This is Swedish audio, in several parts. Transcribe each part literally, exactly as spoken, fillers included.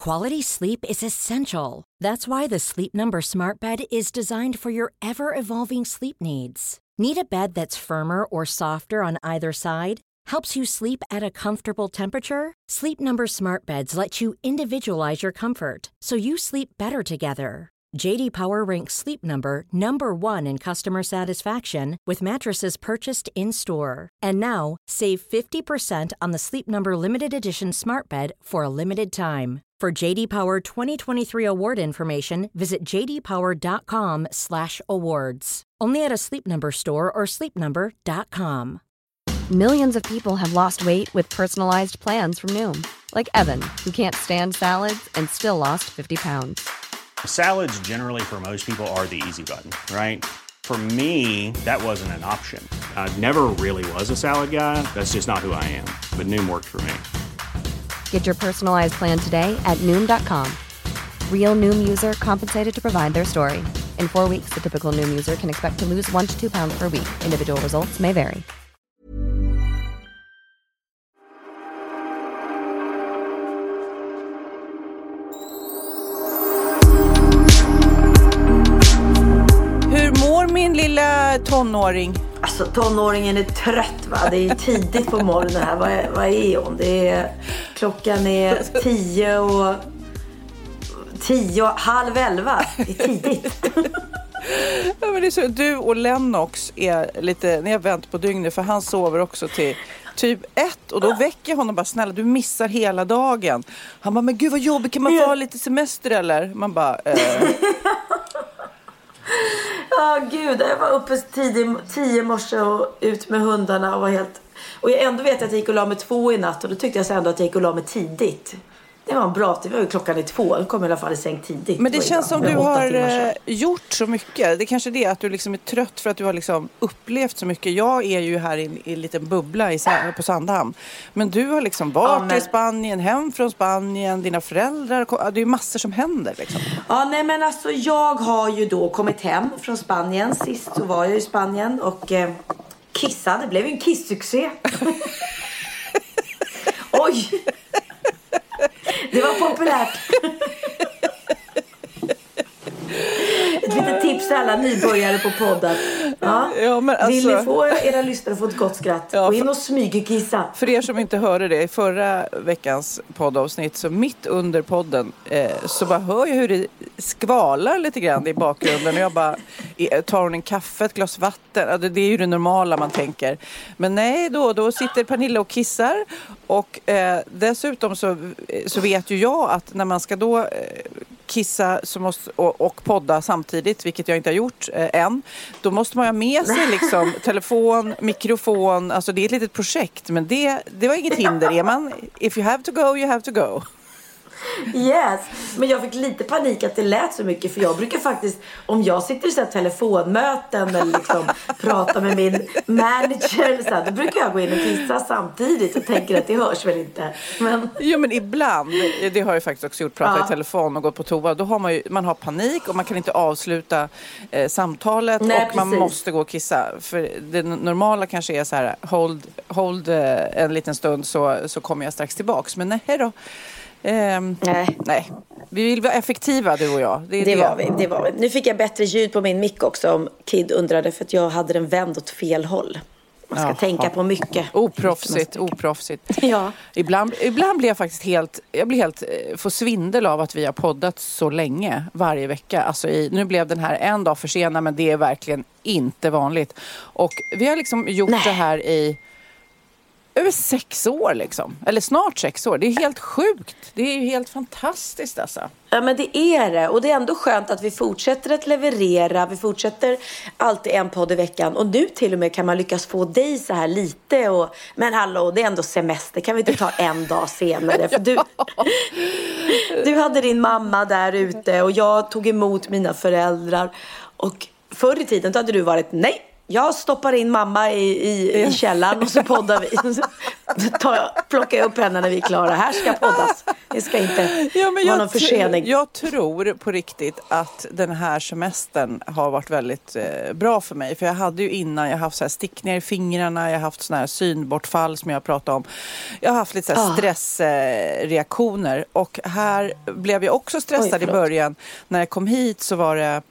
Quality sleep is essential. That's why the Sleep Number Smart Bed is designed for your ever-evolving sleep needs. Need a bed that's firmer or softer on either side? Helps you sleep at a comfortable temperature? Sleep Number Smart Beds let you individualize your comfort, so you sleep better together. J D Power ranks Sleep Number number one in customer satisfaction with mattresses purchased in-store. And now, save fifty percent on the Sleep Number Limited Edition Smart Bed for a limited time. For J D Power twenty twenty-three award information, visit j d power dot com slash awards. Only at a Sleep Number store or sleep number dot com. Millions of people have lost weight with personalized plans from Noom. Like Evan, who can't stand salads and still lost fifty pounds. Salads generally for most people are the easy button, right? For me, that wasn't an option. I never really was a salad guy. That's just not who I am. But Noom worked for me. Get your personalized plan today at noom dot com. Real Noom user compensated to provide their story. In four weeks, the typical Noom user can expect to lose one to two pounds per week. Individual results may vary. Hur mår min lilla tonåring? Alltså tonåringen är trött, va? Det är tidigt på morgonen här. Vad är, vad är hon? Det är, klockan är tio och tio och halv elva. Det är tidigt. Ja, men det är så, du och Lennox är lite, ni har vänt på dygnet, för han sover också till typ ett, och då väcker jag honom bara, snälla du missar hela dagen. Han bara, men gud vad jobbigt, kan man få ha lite semester eller? Man bara, eh. Ja, oh, gud, jag var uppe tidigt, tio morse och ut med hundarna och var helt... Och jag ändå vet att jag gick och la mig två i natt, och då tyckte jag så ändå att jag gick och la mig tidigt. Det var en bra, det var ju klockan är två, jag kom i alla fall i säng tidigt. Men det känns som du har gjort så mycket. Det är kanske det att du liksom är trött för att du har liksom upplevt så mycket. Jag är ju här i, i en liten bubbla i, på Sandhamn. Men du har liksom varit ja, men... i Spanien, hem från Spanien, dina föräldrar. Det är ju massor som händer liksom. Ja, nej men alltså jag har ju då kommit hem från Spanien. Sist så var jag i Spanien och eh, kissade. Det blev ju en kisssuccé. Oj! Det var populärt. Ett litet tips till alla nybörjare på podden. Ja. Ja, men alltså... Vill ni få era lyssnare få ett gott skratt? Ja, gå in och smygkissa. För er som inte hörde det, i förra veckans poddavsnitt, så mitt under podden eh, så bara hör jag hur det skvalar lite grann i bakgrunden. Och jag bara tar hon en kaffe, ett glas vatten. Ja, det, det är ju det normala man tänker. Men nej, då, då sitter Pernilla och kissar. Och eh, dessutom så, så vet ju jag att när man ska då eh, kissa så måste, och, och podda samtidigt, vilket jag inte har gjort eh, än, då måste man ha med sig liksom telefon, mikrofon, alltså det är ett litet projekt, men det, det var inget hinder. Är man, if you have to go, you have to go. Yes, men jag fick lite panik att det lät så mycket, för jag brukar faktiskt, om jag sitter i så här telefonmöten eller liksom pratar med min manager så här, då brukar jag gå in och kissa samtidigt och tänker att det hörs väl inte. Men... Jo, men ibland, det har jag faktiskt också gjort, prata ja. i telefon och gått på toa, då har man ju, man har panik och man kan inte avsluta eh, samtalet. Nej, och precis. Man måste gå och kissa, för det normala kanske är så här, hold, hold eh, en liten stund så, så kommer jag strax tillbaks, men nej då. Um, nej. nej, vi vill vara effektiva, du och jag. Det, är det, det. Var vi, det var vi. Nu fick jag bättre ljud på min mick också, om Kid undrade, för att jag hade den vänd åt fel håll. Man ska Jaha. tänka på mycket. Oproffsigt, oproffsigt. Ja. Ibland, ibland blir jag faktiskt helt, jag blir helt, får svindel av att vi har poddat så länge varje vecka. Alltså i, nu blev den här en dag försenad, men det är verkligen inte vanligt. Och vi har liksom gjort nej. det här i över sex år liksom. Eller snart sex år. Det är helt sjukt. Det är ju helt fantastiskt alltså. Ja, men det är det. Och det är ändå skönt att vi fortsätter att leverera. Vi fortsätter alltid en podd i veckan. Och nu till och med kan man lyckas få dig så här lite. Och, men hallå, det är ändå semester. Kan vi inte ta en dag senare? För du, du hade din mamma där ute. Och jag tog emot mina föräldrar. Och förr i tiden då hade du varit nej. jag stoppar in mamma i, i, i källaren och så poddar vi. Så tar jag, plockar jag upp henne när vi är klara. Här ska poddas. Det ska inte ja, men vara jag någon försening. T- jag tror på riktigt att den här semestern har varit väldigt eh, bra för mig. För jag hade ju innan, jag har haft så här stickningar i fingrarna, jag har haft såna här synbortfall som jag pratade om. Jag har haft lite så här Ah. stressreaktioner. Eh, och här blev jag också stressad Oj, i början. När jag kom hit så var det...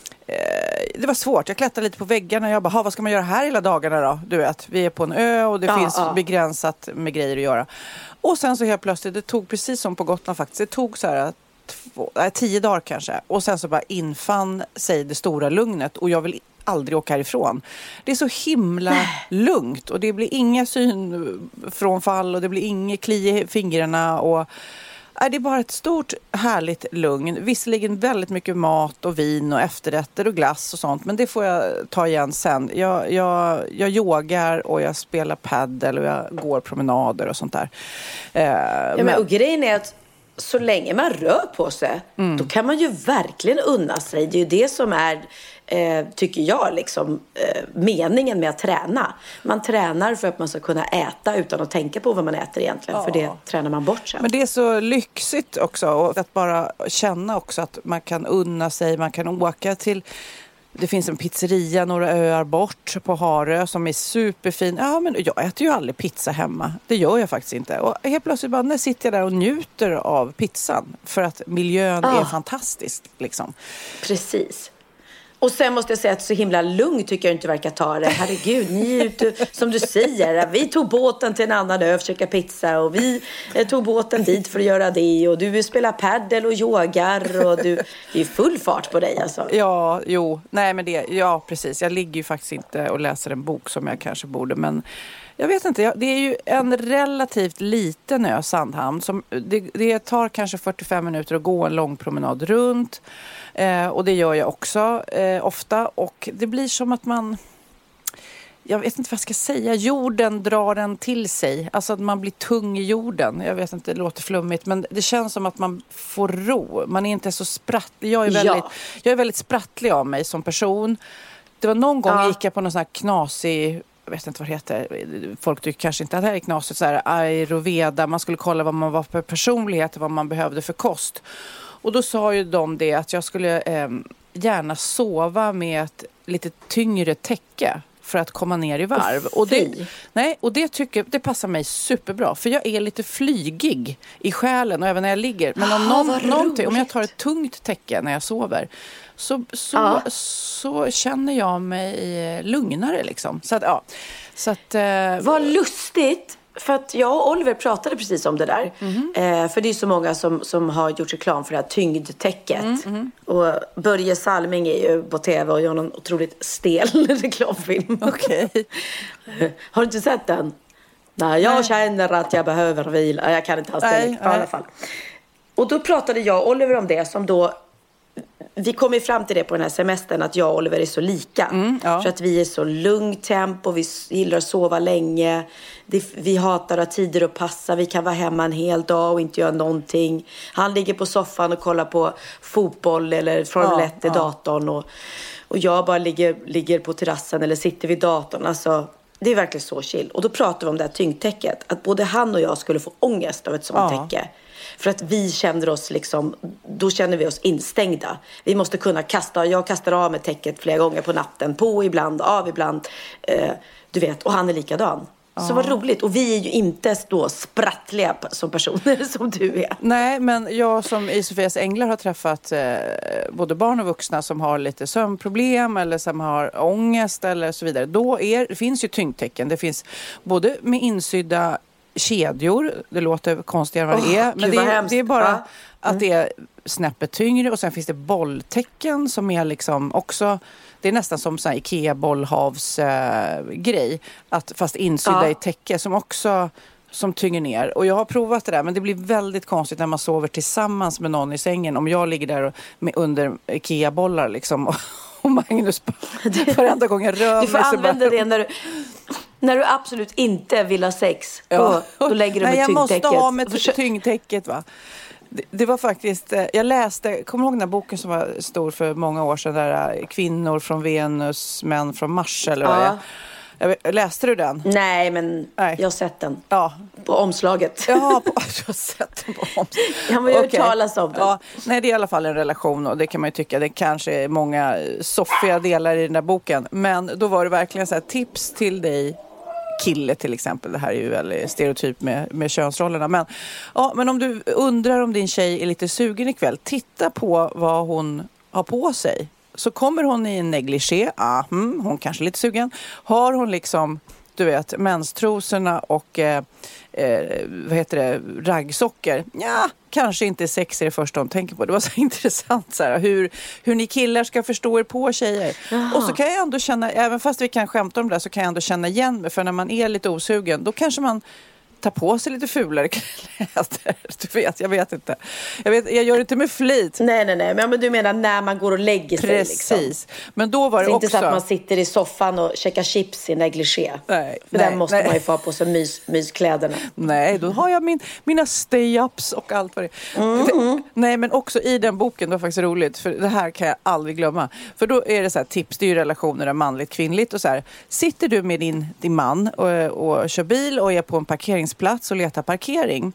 Det var svårt. Jag klättrade lite på väggarna. Jag bara, vad ska man göra här hela dagarna då? Du vet, vi är på en ö och det ja, finns ja. begränsat med grejer att göra. Och sen så helt plötsligt, det tog precis som på Gotland faktiskt. Det tog så här två, äh, tio dagar kanske. Och sen så bara infann sig det stora lugnet. Och jag vill aldrig åka härifrån. Det är så himla lugnt. Och det blir inga synfrånfall och det blir inget kli i fingrarna och... Det är bara ett stort härligt lugn. Visserligen väldigt mycket mat och vin och efterrätter och glass och sånt. Men det får jag ta igen sen. Jag, jag, jag yogar och jag spelar paddel och jag går promenader och sånt där. Eh, ja, men, men, och grejen är att så länge man rör på sig, mm. då kan man ju verkligen unna sig. Det är ju det som är, eh, tycker jag, liksom, eh, meningen med att träna. Man tränar för att man ska kunna äta utan att tänka på vad man äter egentligen. Ja. För det tränar man bort sen. Men det är så lyxigt också. Och att bara känna också att man kan unna sig. Man kan åka till... Det finns en pizzeria några öar bort på Harö som är superfin. Ja, men jag äter ju aldrig pizza hemma. Det gör jag faktiskt inte. Och helt plötsligt bara, när sitter jag där och njuter av pizzan. För att miljön ah. är fantastisk. Liksom. Precis. Och sen måste jag säga att så himla lugnt tycker jag inte verkar ta det. Herregud, ni är ute, som du säger. Vi tog båten till en annan ö och försöka pizza. Och vi tog båten dit för att göra det. Och du spelar paddel och yogar. Och du, det är full fart på dig alltså. Ja, jo. Nej, men det, ja, precis. Jag ligger ju faktiskt inte och läser en bok som jag kanske borde. Men jag vet inte. Det är ju en relativt liten ö, Sandhamn. Som, det, det tar kanske fyrtiofem minuter att gå en lång promenad runt. Eh, och det gör jag också eh, ofta. Och det blir som att man... Jag vet inte vad jag ska säga. Jorden drar den till sig. Alltså att man blir tung i jorden. Jag vet inte, det låter flummigt. Men det känns som att man får ro. Man är inte så sprattlig. Jag är väldigt, ja. jag är väldigt sprattlig av mig som person. Det var någon gång ja. gick jag på någon sån här knasig... Jag vet inte vad det heter. Folk tycker kanske inte att det här är knasigt. Så här ayurveda. Man skulle kolla vad man var för personlighet. Vad man behövde för kost. Och då sa ju de det att jag skulle eh, gärna sova med ett lite tyngre täcke för att komma ner i varv. Och det, nej, och det tycker det passar mig superbra. För jag är lite flygig i själen och även när jag ligger. Men om, ah, någon, någonting, om jag tar ett tungt täcke när jag sover så, så, ah. så känner jag mig lugnare liksom. Så att, ja. Så att, eh, vad lustigt. För att jag och Oliver pratade precis om det där. Mm-hmm. Eh, för det är så många som, som har gjort reklam för det här tyngdtäcket. Mm-hmm. Och Börje Salming är ju på tv och gör någon otroligt stel reklamfilm. Okej. Okay. Har du inte sett den? Nej, jag Nej. känner att jag behöver vila. Jag kan inte alls det i alla fall. Och då pratade jag och Oliver om det som då... Vi kom ju fram till det på den här semestern att jag och Oliver är så lika. Mm, ja. För att vi är så lugnt tempo, vi gillar att sova länge. Det, vi hatar att ha tider att passa, vi kan vara hemma en hel dag och inte göra någonting. Han ligger på soffan och kollar på fotboll eller Formel ett ja, i datorn. Och, och jag bara ligger, ligger på terrassen eller sitter vid datorn. Alltså, det är verkligen så chill. Och då pratar vi om det här tyngdtäcket. Att både han och jag skulle få ångest av ett sånt ja. täcke. För att vi känner oss liksom, då känner vi oss instängda. Vi måste kunna kasta, jag kastar av med täcket flera gånger på natten. På ibland, av ibland. Eh, du vet, och han är likadan. Ja. Så vad roligt. Och vi är ju inte då sprattliga som personer som du är. Nej, men jag som i Sofias Änglar har träffat eh, både barn och vuxna som har lite sömnproblem eller som har ångest eller så vidare. Då är, det finns ju tyngdtecken. Det finns både med insydda kedjor, det låter konstigare än vad det är. Oh, men det är, det är bara mm. att det är snäppet tyngre och sen finns det bolltecken som är liksom också, det är nästan som sån här Ikea-bollhavs äh, grej, att fast insydda ja. i täcke som också som tynger ner. Och jag har provat det där, men det blir väldigt konstigt när man sover tillsammans med någon i sängen. Om jag ligger där och, med, under Ikea-bollar liksom och, och Magnus varenda gång jag rör mig. Du får använda bara... det när du När du absolut inte vill ha sex, ja. då, då lägger du med Nej, tyngdtäcket. Jag måste ha med tyngdtäcket, va? Det, det var faktiskt, jag läste, kommer ihåg den här boken som var stor för många år sedan, där Kvinnor från Venus, män från Mars eller vad Ja. det är. Jag, läste du den? Nej, men Nej. jag har sett den. Ja. På omslaget. Ja, på, jag har sett den på omslaget. Jag har ju hört Okej. talas om den. Ja, nej, det är i alla fall en relation och det kan man ju tycka. Det kanske är många soffiga delar i den där boken. Men då var det verkligen så här, tips till dig kille till exempel. Det här är ju väldigt stereotyp med, med könsrollerna. Men, ja, men om du undrar om din tjej är lite sugen ikväll, titta på vad hon har på sig. Så kommer hon i en negligé, ah, hmm, hon kanske är lite sugen. Har hon liksom, du vet, menstrosorna och eh, eh, vad heter det, raggsocker? Ja, kanske inte sex är det första hon tänker på. Det var så intressant så här, hur, hur ni killar ska förstå er på tjejer. Jaha. Och så kan jag ändå känna, även fast vi kan skämta om det, så kan jag ändå känna igen mig. För när man är lite osugen, då kanske man ta på sig lite fulare kläder. Du vet, jag vet inte. Jag, vet, jag gör det inte med flit. Nej, nej, nej. Men, men du menar när man går och lägger sig. Precis. Liksom. Men då var det, det är också... inte så att man sitter i soffan och käkar chips i negligé. Nej. För nej, där måste nej. man ju få på sig mys, myskläderna. Nej, då har jag min, mina stay-ups och allt vad det är. Mm. Nej, men också i den boken, det var faktiskt roligt. För det här kan jag aldrig glömma. För då är det så här tips, det är ju relationer där manligt, kvinnligt. Och så här, sitter du med din, din man och, och kör bil och är på en parkeringsplats och letar parkering.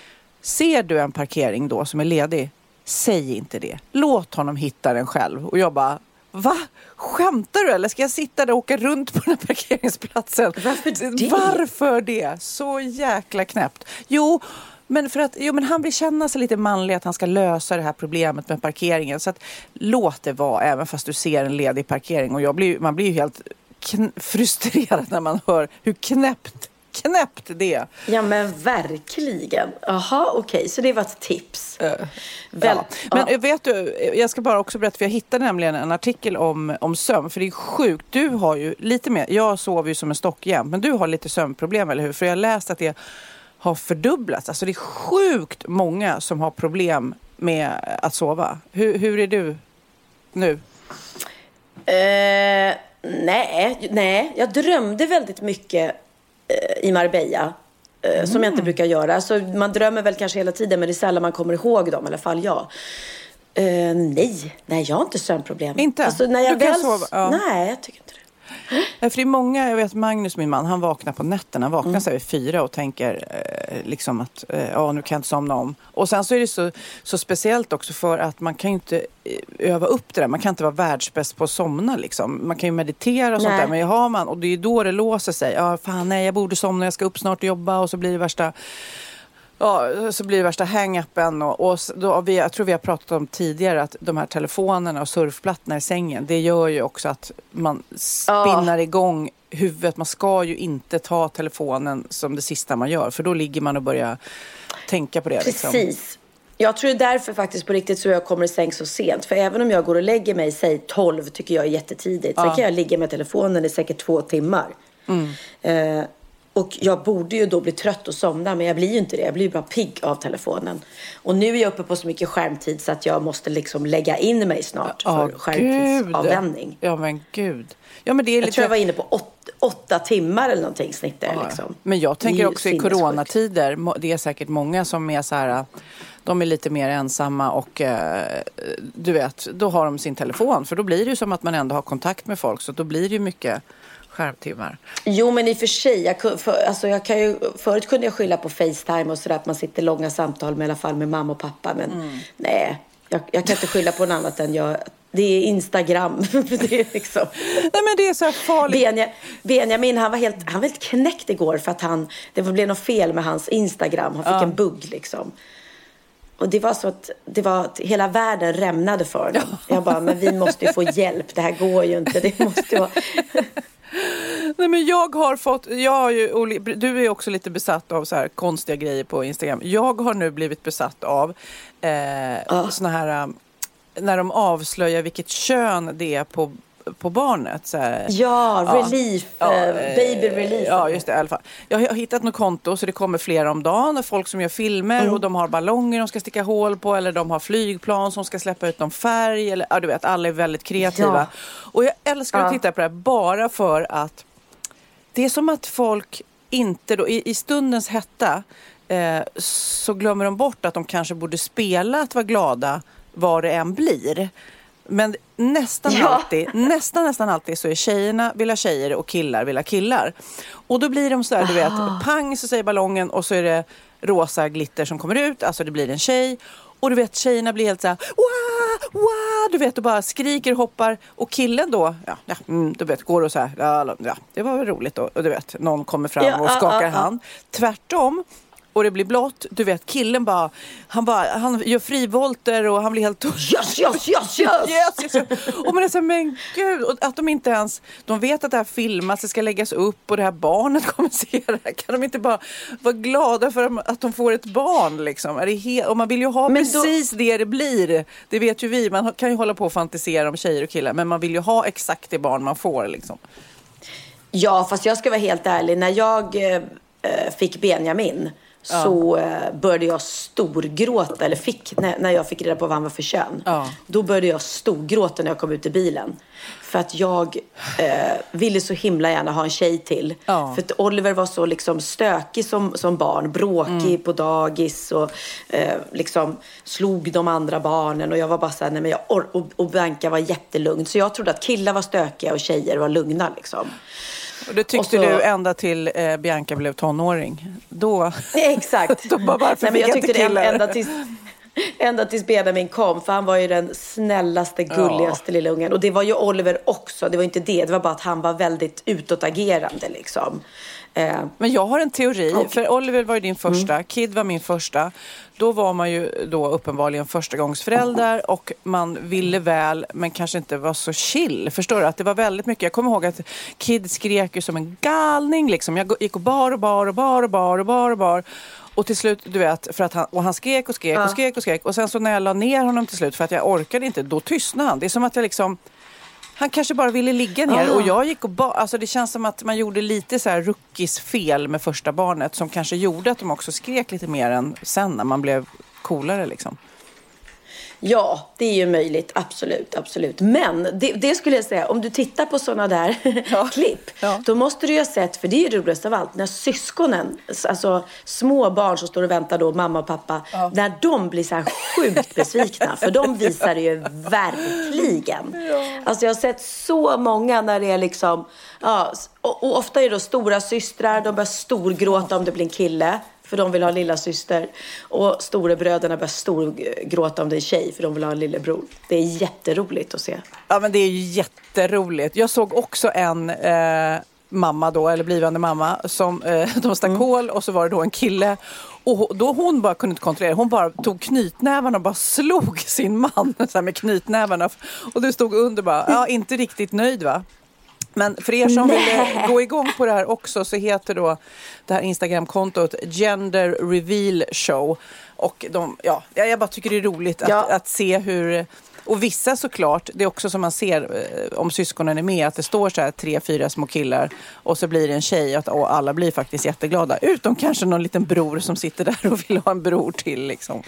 Ser du en parkering då som är ledig, säg inte det. Låt honom hitta den själv. Och jag bara, va? Skämtar du eller ska jag sitta där och åka runt på den här parkeringsplatsen? Varför det? Varför det? Så jäkla knäppt. Jo, men för att jo, men han vill känna sig lite manlig, att han ska lösa det här problemet med parkeringen. Så att låt det vara, även fast du ser en ledig parkering. Och jag blir, man blir ju helt kn- frustrerad när man hör hur knäppt knäppt det. Ja, men verkligen. Jaha, okej. Okay. Så det var ett tips. Uh, Väl, ja. Men ja. vet du, jag ska bara också berätta, för jag hittade nämligen en artikel om, om sömn. För det är sjukt. Du har ju lite mer, jag sover ju som en stock jämt, men du har lite sömnproblem, eller hur? För jag har läst att det har fördubblats. Alltså det är sjukt många som har problem med att sova. Hur, hur är du nu? Uh, nej, nej, jag drömde väldigt mycket i Marbella mm. som jag inte brukar göra. Alltså, man drömmer väl kanske hela tiden, men det är sällan man kommer ihåg dem, i alla fall jag. Uh, nej, nej, jag har inte sömnproblem. Inte? Alltså, när jag du kan väl... sova? Ja. Nej, jag tycker inte det. För det är många, jag vet Magnus, min man, han vaknar på nätterna, han vaknar mm. så här vid fyra och tänker eh, liksom att eh, ja, nu kan jag inte somna om. Och sen så är det så, så speciellt också för att man kan ju inte öva upp det där, man kan inte vara världsbäst på att somna liksom. Man kan ju meditera och sånt nej. där, men har man, och det är ju då det låser sig. Ja, fan nej, jag borde somna, jag ska upp snart och jobba, och så blir det värsta... Ja, så blir det värsta hang-upen och, och då, vi, jag tror vi har pratat om tidigare att de här telefonerna och surfplattorna i sängen, det gör ju också att man spinnar oh. igång huvudet. Man ska ju inte ta telefonen som det sista man gör, för då ligger man och börjar tänka på det. Precis. Liksom. Jag tror därför faktiskt på riktigt så jag kommer i säng så sent. För även om jag går och lägger mig, säg tolv, tycker jag är jättetidigt. Sen ja. kan jag ligga med telefonen i säkert två timmar. Mm. Eh, Och jag borde ju då bli trött och somna, men jag blir ju inte det. Jag blir bara pigg av telefonen. Och nu är jag uppe på så mycket skärmtid så att jag måste liksom lägga in mig snart för oh, skärmtidsavvändning. Ja, men gud. Ja, men det är jag lite... tror jag var inne på åt, åtta timmar eller någonting snitt där, ja. liksom. Men jag tänker också i coronatider, det är säkert många som är så här... De är lite mer ensamma och du vet, då har de sin telefon. För då blir det ju som att man ändå har kontakt med folk, så då blir det ju mycket... skärmtimmar. Jo, men i och för sig, jag, för, alltså jag kan ju, förut kunde jag skylla på FaceTime och sådär, att man sitter långa samtal med, i alla fall med mamma och pappa, men mm. nej, jag, jag kan inte skylla på något annat än jag, det är Instagram. Det är liksom... Nej, men det är så här farligt. Benja, Benjamin, han var helt, han var helt knäckt igår för att han, det blev något fel med hans Instagram, han fick ja. en bugg liksom. Och det var så att det var att hela världen rämnade för honom. Ja. Jag bara, men vi måste ju få hjälp, det här går ju inte, det måste vara... Nej, men jag har fått, jag har ju, du är också lite besatt av så här konstiga grejer på Instagram. Jag har nu blivit besatt av eh, oh. såna här, när de avslöjar vilket kön det är på, på barnet. Så här. Ja, relief, ja, uh, baby relief. Ja, just det, i alla fall. Jag har hittat något konto så det kommer flera om dagen. Folk som gör filmer mm. och de har ballonger de ska sticka hål på, eller de har flygplan som ska släppa ut någon färg. Eller, ja, du vet, alla är väldigt kreativa. Ja. Och jag älskar ja. att titta på det här bara för att det är som att folk inte då, i, i stundens hetta eh, så glömmer de bort att de kanske borde spela att vara glada vad det än blir. Men nästan ja. alltid, nästan nästan alltid så är tjejerna vill ha tjejer och killar vill ha killar. Och då blir de så här, du vet, pang så säger ballongen och så är det rosa glitter som kommer ut. Alltså det blir en tjej. Och du vet, tjejerna blir helt så här, wow, wow, du vet, och bara skriker och hoppar. Och killen då, ja, ja mm, du vet, går och så här, ja, ja det var väl roligt då. Och du vet, någon kommer fram ja, och skakar ja, ja. hand. Tvärtom. Och det blir blått, du vet, killen bara han bara, han gör frivolter och han blir helt yes, yes, yes, yes. yes, yes. Och man är så här, men gud, och att de inte ens, de vet att det här filmas, det ska läggas upp och det här barnet kommer se det här. Kan de inte bara vara glada för att de får ett barn liksom? Är det he- och man vill ju ha men precis då... det det blir, det vet ju vi, man kan ju hålla på och fantisera om tjejer och killar, men man vill ju ha exakt det barn man får liksom. Ja, fast jag ska vara helt ärlig, när jag eh, fick Benjamin Ja. så eh, började jag storgråta, eller fick, när, när jag fick reda på vad han var för kön. Ja. Då började jag storgråta när jag kom ut i bilen. För att jag eh, ville så himla gärna ha en tjej till. Ja. För att Oliver var så liksom stökig som, som barn. Bråkig mm. på dagis och eh, liksom slog de andra barnen. Och jag var bara så här, nej men jag or- och, och Bianca var jättelugn. Så jag trodde att killar var stökiga och tjejer var lugna liksom. Och det tyckte och så, du ända till eh, Bianca blev tonåring. Då, exakt. då bara, varför nej, men jag fick tyckte inte det ända tills, ända tills Benjamin kom. För han var ju den snällaste, gulligaste ja. lilla ungen. Och det var ju Oliver också. Det var inte det. Det var bara att han var väldigt utåtagerande liksom. Eh, Men jag har en teori, och, för Oliver var ju din första, mm. Kid var min första. Då var man ju då uppenbarligen förstagångsförälder och man ville väl, men kanske inte var så chill. Förstår du? Att det var väldigt mycket. Jag kommer ihåg att Kid skrek ju som en galning liksom. Jag gick och bar och bar och bar och bar och bar och bar. Och till slut, du vet, för att han, och han skrek och skrek ja. och skrek och skrek. Och sen så när jag la ner honom till slut för att jag orkade inte, då tystnade han. Det är som att jag liksom... Han kanske bara ville ligga ner. Ah. Och jag gick och ba- alltså det känns som att man gjorde lite så här rookies fel med första barnet. Som kanske gjorde att de också skrek lite mer än sen när man blev coolare liksom. Ja, det är ju möjligt. Absolut, absolut. Men det, det skulle jag säga, om du tittar på sådana där ja. klipp. Ja. Då måste du ju ha sett, för det är ju roligast av allt, när syskonen, alltså små barn som står och väntar då, mamma och pappa. Ja. När de blir så här sjukt besvikna. För de visar det ju verkligen. Ja. Alltså jag har sett så många när det är liksom, ja, och, och ofta är det då stora systrar, de börjar storgråta om det blir en kille. För de vill ha lilla syster. Och storebröderna börjar storgråta om det är tjej. För de vill ha en lillebror. Det är jätteroligt att se. Ja, men det är ju jätteroligt. Jag såg också en eh, mamma då, eller blivande mamma. Som eh, de stack mm. kol och så var det då en kille. Och då hon bara kunde inte kontrollera. Hon bara tog knytnävarna och bara slog sin man så här med knytnävarna. Och det stod under bara, ja, inte riktigt nöjd va? Men för er som vill gå igång på det här också så heter då det här Instagram-kontot Gender Reveal Show. Och de, ja, jag bara tycker det är roligt att, ja. att se hur... Och vissa såklart, det är också som man ser om syskonen är med, att det står så här tre, fyra små killar och så blir det en tjej och alla blir faktiskt jätteglada. Utom kanske någon liten bror som sitter där och vill ha en bror till liksom.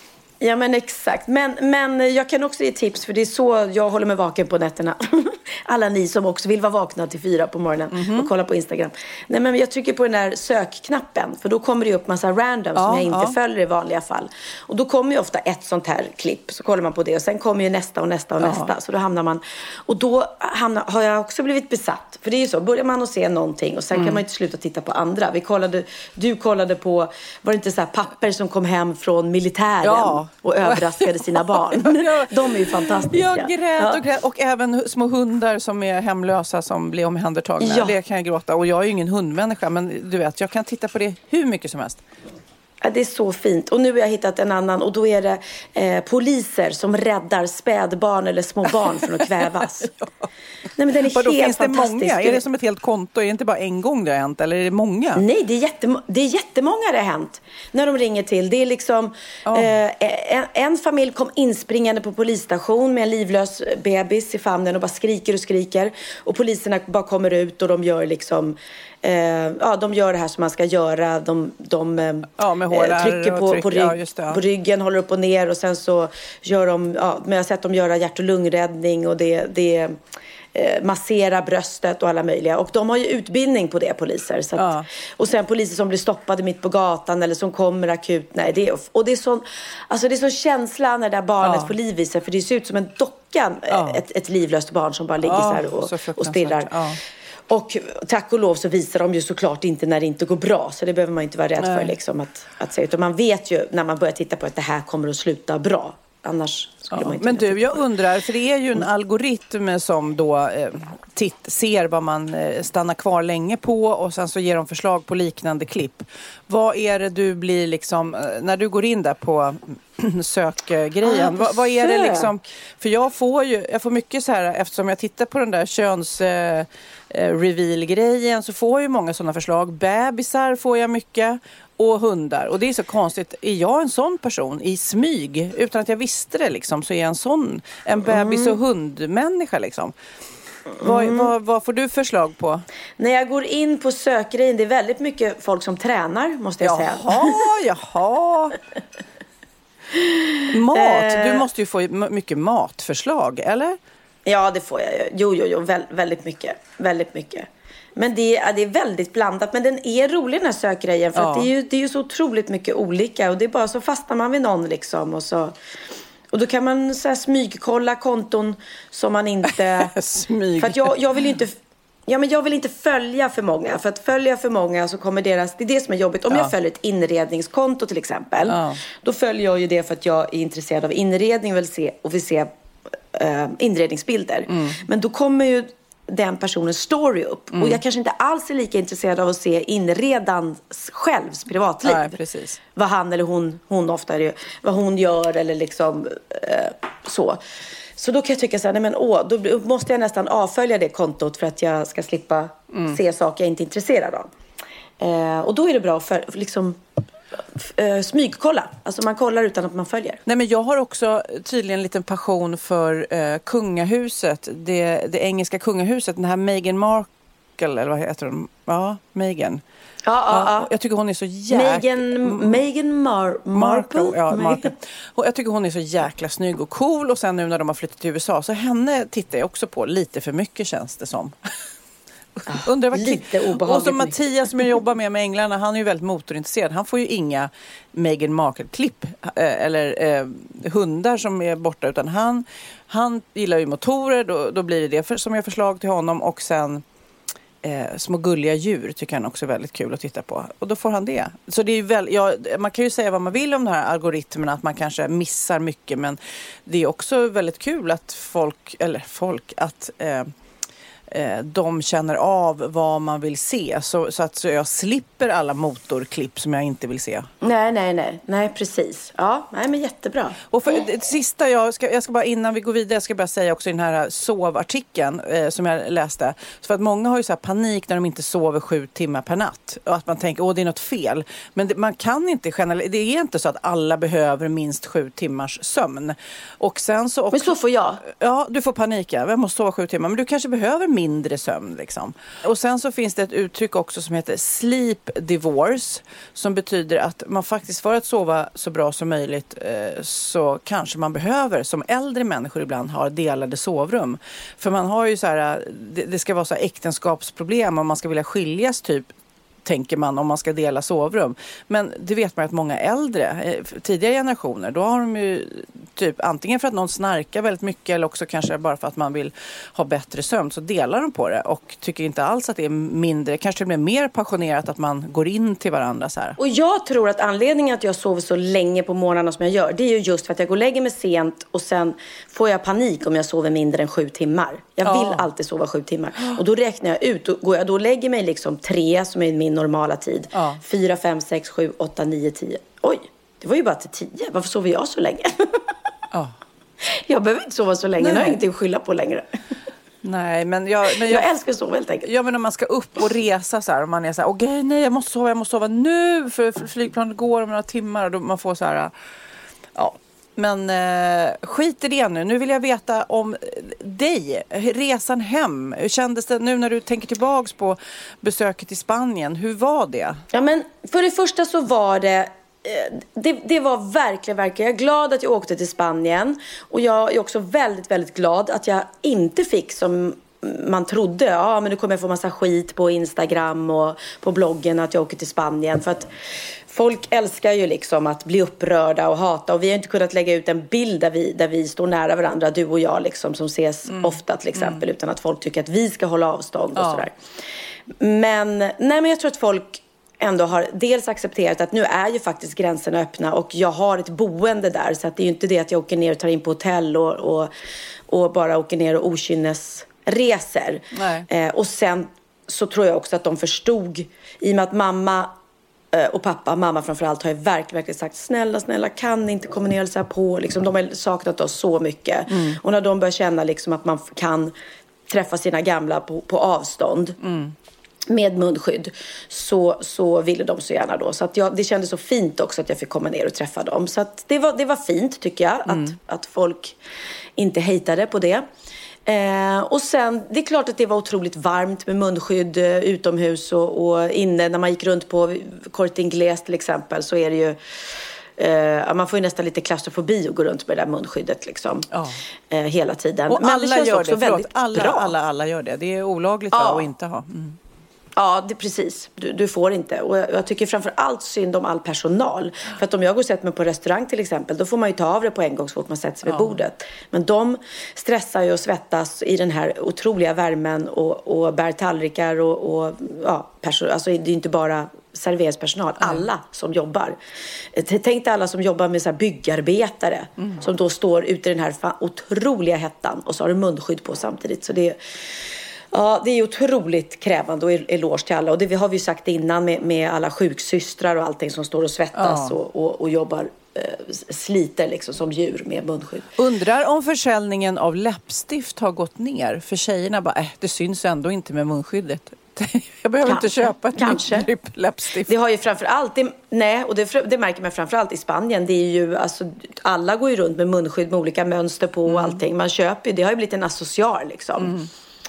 Ja men exakt, men, men jag kan också ge tips, för det är så jag håller mig vaken på nätterna. Alla ni som också vill vara vakna till fyra på morgonen mm-hmm. och kolla på Instagram. Nej men jag trycker på den där sökknappen, för då kommer det upp massa random ja, som jag inte ja. följer i vanliga fall. Och då kommer ju ofta ett sånt här klipp, så kollar man på det och sen kommer ju nästa och nästa och ja. nästa. Så då hamnar man, och då hamnar, har jag också blivit besatt. För det är ju så, börjar man att se någonting och sen mm. kan man inte sluta titta på andra. Vi kollade, du kollade på, var det inte så här papper som kom hem från militären? Ja. Och överraskade sina barn. De är ju fantastiska. Jag grät ja. och grät. Och även små hundar som är hemlösa som blir omhändertagna. Ja. Det kan jag gråta. Och jag är ju ingen hundmänniska. Men du vet, jag kan titta på det hur mycket som helst. Ja, det är så fint. Och nu har jag hittat en annan. Och då är det eh, poliser som räddar spädbarn eller små barn från att kvävas. ja. Nej, men den är Vadå, helt finns det fantastisk. Många? Är det som ett helt konto? Är det inte bara en gång det har hänt? Eller är det många? Nej, det är, jättem- det är jättemånga det har hänt. När de ringer till. Det är liksom... Oh. Eh, en, en familj kom inspringande på polisstation med en livlös bebis i famnen och bara skriker och skriker. Och poliserna bara kommer ut och de gör liksom... eh, ja, de gör det här som man ska göra. De, de eh, ja, med hålar trycker på, tryck, på, rygg, ja, just det, ja. på ryggen, håller upp och ner. Och sen så gör de, ja, men jag har sett dem göra hjärt- och lungräddning. Och det, det eh, massera bröstet och alla möjliga. Och de har ju utbildning på det, poliser. Så att, ja. Och sen poliser som blir stoppade mitt på gatan eller som kommer akut. Nej, det är, och det är sån, alltså det är sån känsla när det där barnet ja. får liv i sig. För det ser ut som en docka, ja. ett, ett livlöst barn som bara ligger ja, så här och, så och stirrar. Ja. Och tack och lov så visar de ju såklart inte när det inte går bra. Så det behöver man inte vara rädd Nej. för liksom, att, att se. Utan man vet ju när man börjar titta på att det här kommer att sluta bra. Annars skulle ja, man inte men du, jag undrar, för det är ju en algoritm som då eh, titt, ser vad man eh, stannar kvar länge på och sen så ger de förslag på liknande klipp. Vad är det du blir liksom, eh, när du går in där på sökgrejen, ah, vad, vad är det liksom, för jag får ju, jag får mycket så här, eftersom jag tittar på den där köns eh, reveal-grejen så får jag ju många sådana förslag. Bebisar får jag mycket. Och hundar. Och det är så konstigt. Är jag en sån person i smyg utan att jag visste det liksom, så är jag en sån en bebis- och hundmänniska liksom. Mm. Vad, vad, vad får du förslag på? När jag går in på sökgrejen, det är väldigt mycket folk som tränar, måste jag säga. Jaha, jaha. Mat. Du måste ju få mycket matförslag, eller? Ja, det får jag ju. Jo, jo, jo. Vä- väldigt mycket. Väldigt mycket. Men det är, det är väldigt blandat. Men den är rolig den här sökgrejen. För ja. att det, är ju, det är ju så otroligt mycket olika. Och det är bara så fastnar man vid någon liksom. Och, så, och då kan man så här smygkolla konton som man inte... Smyg. För att jag, jag vill inte... Ja, men jag vill inte följa för många. För att följa för många så kommer deras... Det är det som är jobbigt. Om ja. jag följer ett inredningskonto till exempel. Ja. Då följer jag ju det för att jag är intresserad av inredning och vill se, och vill se uh, inredningsbilder. Mm. Men då kommer ju den personens story upp. Mm. Och jag kanske inte alls är lika intresserad av att se inredans självs privatliv. Nej, precis. Vad han eller hon, hon ofta är det, vad hon gör eller liksom uh, så. Så då kan jag tycka så här, nej men åh, då måste jag nästan avfölja det kontot för att jag ska slippa mm. se saker jag inte är intresserad av. Eh, och då är det bra för liksom eh, smygkolla. Alltså man kollar utan att man följer. Nej, men jag har också tydligen en liten passion för eh, kungahuset. Det, det engelska kungahuset, den här Meghan Markle, eller vad heter hon? Ja, Meghan. Ja, ja, ja. Jag tycker hon är så jäkla... Meghan, Meghan Mar- Markle. Markle, ja, Markle. Och jag tycker hon är så jäkla snygg och cool. Och sen nu när de har flyttat till U S A, så henne tittar jag också på lite för mycket, känns det som. Ah, Undrar vad lite obehagligt. Och som Mattias som jag jobbar med med Änglarna, han är ju väldigt motorintresserad. Han får ju inga Meghan Markle-klipp eller eh, hundar som är borta, utan han, han gillar ju motorer. Då, då blir det det för, som jag förslag till honom. Och sen Eh, små gulliga djur tycker han också är väldigt kul att titta på. Och då får han det. Så det är väl, ja, man kan ju säga vad man vill om de här algoritmerna, att man kanske missar mycket, men det är också väldigt kul att folk, eller folk, att eh, eh, de känner av vad man vill se. Så, så att så jag slipper alla motorklipp som jag inte vill se. Nej, nej, nej. Nej, precis. Ja, nej, men jättebra. Och för det sista, jag ska, jag ska bara innan vi går vidare, jag ska bara säga också i den här sovartikeln eh, som jag läste. Så för att många har ju så här panik när de inte sover sju timmar per natt. Och att man tänker, åh det är något fel. Men det, man kan inte generellt, det är inte så att alla behöver minst sju timmars sömn. Och sen så också, men så får jag. Ja, du får panik, ja. Jag måste sova sju timmar. Men du kanske behöver mindre sömn liksom. Och sen så finns det ett uttryck också som heter sleep divorce. Som betyder att man faktiskt för att sova så bra som möjligt eh, så kanske man behöver, som äldre människor ibland har, delade sovrum. För man har ju så här, det, det ska vara så här äktenskapsproblem om man ska vilja skiljas typ, tänker man, om man ska dela sovrum. Men det vet man att många äldre, tidigare generationer, då har de ju typ antingen för att någon snarkar väldigt mycket eller också kanske bara för att man vill ha bättre sömn, så delar de på det och tycker inte alls att det är mindre, kanske det blir mer passionerat att man går in till varandra så här. Och jag tror att anledningen att jag sover så länge på morgnarna som jag gör, det är ju just för att jag går och lägger mig sent och sen får jag panik om jag sover mindre än sju timmar. Jag vill ja. alltid sova sju timmar. Och då räknar jag ut, och går jag då och lägger mig liksom tre som är min normala tid. Ja. Fyra, fem, sex, sju, åtta, nio, tio. Oj, det var ju bara till tio. Varför sover jag så länge? Ja. Jag behöver inte sova så länge. Nej. Nu har jag ingenting att skylla på längre. Nej, men jag, men jag, jag älskar att sova helt enkelt. Ja, men om man ska upp och resa så här, och man är så här, okej, okay, nej, jag måste sova, jag måste sova nu för flygplanet går om några timmar, och då man får så här, ja, Men eh, skit i det nu. Nu vill jag veta om dig. Resan hem. Hur kändes det nu när du tänker tillbaks på besöket i Spanien? Hur var det? Ja, men för det första så var det Det, det var verkligen, verkligen. Jag är glad att jag åkte till Spanien. Och jag är också väldigt, väldigt glad att jag inte fick som man trodde. Ja, men nu kommer jag få massa skit på Instagram och på bloggen att jag åker till Spanien. För att folk älskar ju liksom att bli upprörda och hata. Och vi har inte kunnat lägga ut en bild där vi, där vi står nära varandra, du och jag liksom, som ses mm. ofta till exempel. Mm. Utan att folk tycker att vi ska hålla avstånd och ja. sådär. Men, nej, men jag tror att folk ändå har dels accepterat att nu är ju faktiskt gränserna öppna och jag har ett boende där, så att det är ju inte det att jag åker ner och tar in på hotell och, och, och bara åker ner och okynnesreser. Eh, och sen så tror jag också att de förstod, i och med att mamma eh, och pappa, mamma framförallt, har ju verkligen, verkligen sagt snälla, snälla, kan inte komma ner och så här på. Liksom, de har saknat oss så mycket. Mm. Och när de börjar känna liksom att man kan träffa sina gamla på, på avstånd. Mm. Med munskydd så, så ville de så gärna då. Så att jag, det kändes så fint också att jag fick komma ner och träffa dem. Så att det, var, det var fint tycker jag. Mm. Att, att folk inte hejtade på det. Eh, och sen, det är klart att det var otroligt varmt med munskydd eh, utomhus och, och inne. När man gick runt på Corte Inglés till exempel, så är det ju... Uh, man får ju nästan lite klaustrofobi och gå runt med det där munskyddet liksom, oh. uh, hela tiden. Och men alla det känns gör också det, väldigt alla, bra. Alla, alla gör det. Det är olagligt ja. att inte ha. Mm. Ja, det precis. Du, du får inte. Och jag, jag tycker framför allt synd om all personal. För att om jag går och sätter mig på restaurang till exempel, då får man ju ta av det på en gång så fort man sätter sig vid ja. bordet. Men de stressar ju och svettas i den här otroliga värmen och, och bär tallrikar och, och ja, person, alltså det är ju inte bara serveringspersonal, alla som jobbar. Tänk dig alla som jobbar med så här byggarbetare mm. som då står ute i den här otroliga hettan och så har de munskydd på samtidigt. Så det är, ja, det är otroligt krävande och eloge till alla. Och det har vi ju sagt innan med, med alla sjuksystrar och allting som står och svettas ja. och, och, och jobbar eh, sliter liksom som djur med munskydd. Undrar om försäljningen av läppstift har gått ner. För tjejerna bara, äh, det syns ändå inte med munskyddet. Jag behöver kanske, inte köpa ett kanske. nytt läppstift. Det har ju framförallt, det, nej, och det, det märker man framförallt i Spanien. Det är ju, alltså, alla går ju runt med munskydd med olika mönster på och mm. allting. Man köper ju, det har ju blivit en accessoar liksom. Mm.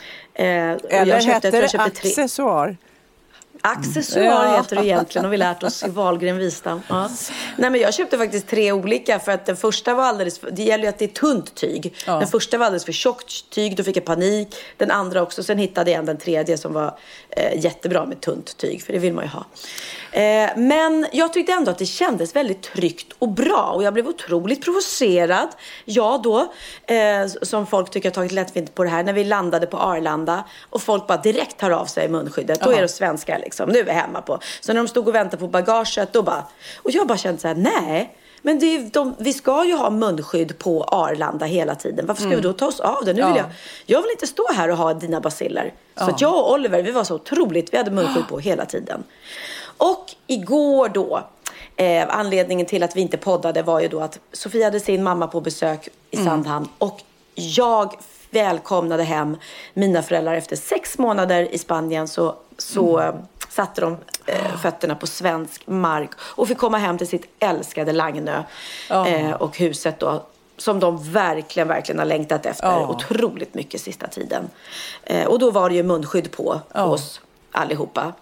Eh, Eller jag köpte, heter jag det accessoar? Accessoar ja. heter det egentligen, och vi lärt oss i Wahlgren Wistam. Ja. Nej, men jag köpte faktiskt tre olika, för att den första var alldeles för, det gäller ju att det är tunt tyg. Ja. Den första var alldeles för tjockt tyg, då fick jag panik. Den andra också, sen hittade jag en, den tredje som var eh, jättebra med tunt tyg, för det vill man ju ha. Eh, men jag tyckte ändå att det kändes väldigt tryggt och bra, och jag blev otroligt provocerad. Jag då, eh, som folk tycker har tagit lättvindigt på det här, när vi landade på Arlanda och folk bara direkt tar av sig munskyddet. Då är det svenskar liksom, nu är vi hemma på. Så när de stod och väntade på bagaget, då bara, och jag bara kände så här, nej, men det är, de, vi ska ju ha munskydd på Arlanda hela tiden. Varför ska mm. vi då ta oss av det? Nu vill ja. jag, jag vill inte stå här och ha dina baciller. Så ja. att jag och Oliver, vi var så otroligt, vi hade munskydd på hela tiden. Och igår då, eh, anledningen till att vi inte poddade var ju då att Sofia hade sin mamma på besök i mm. Sandhamn. Och jag välkomnade hem mina föräldrar efter sex månader i Spanien. Så, så mm. satte de eh, fötterna på svensk mark och fick komma hem till sitt älskade Lagnö oh. eh, och huset då, som de verkligen, verkligen har längtat efter oh. otroligt mycket sista tiden. Eh, och då var det ju munskydd på oh. oss allihopa.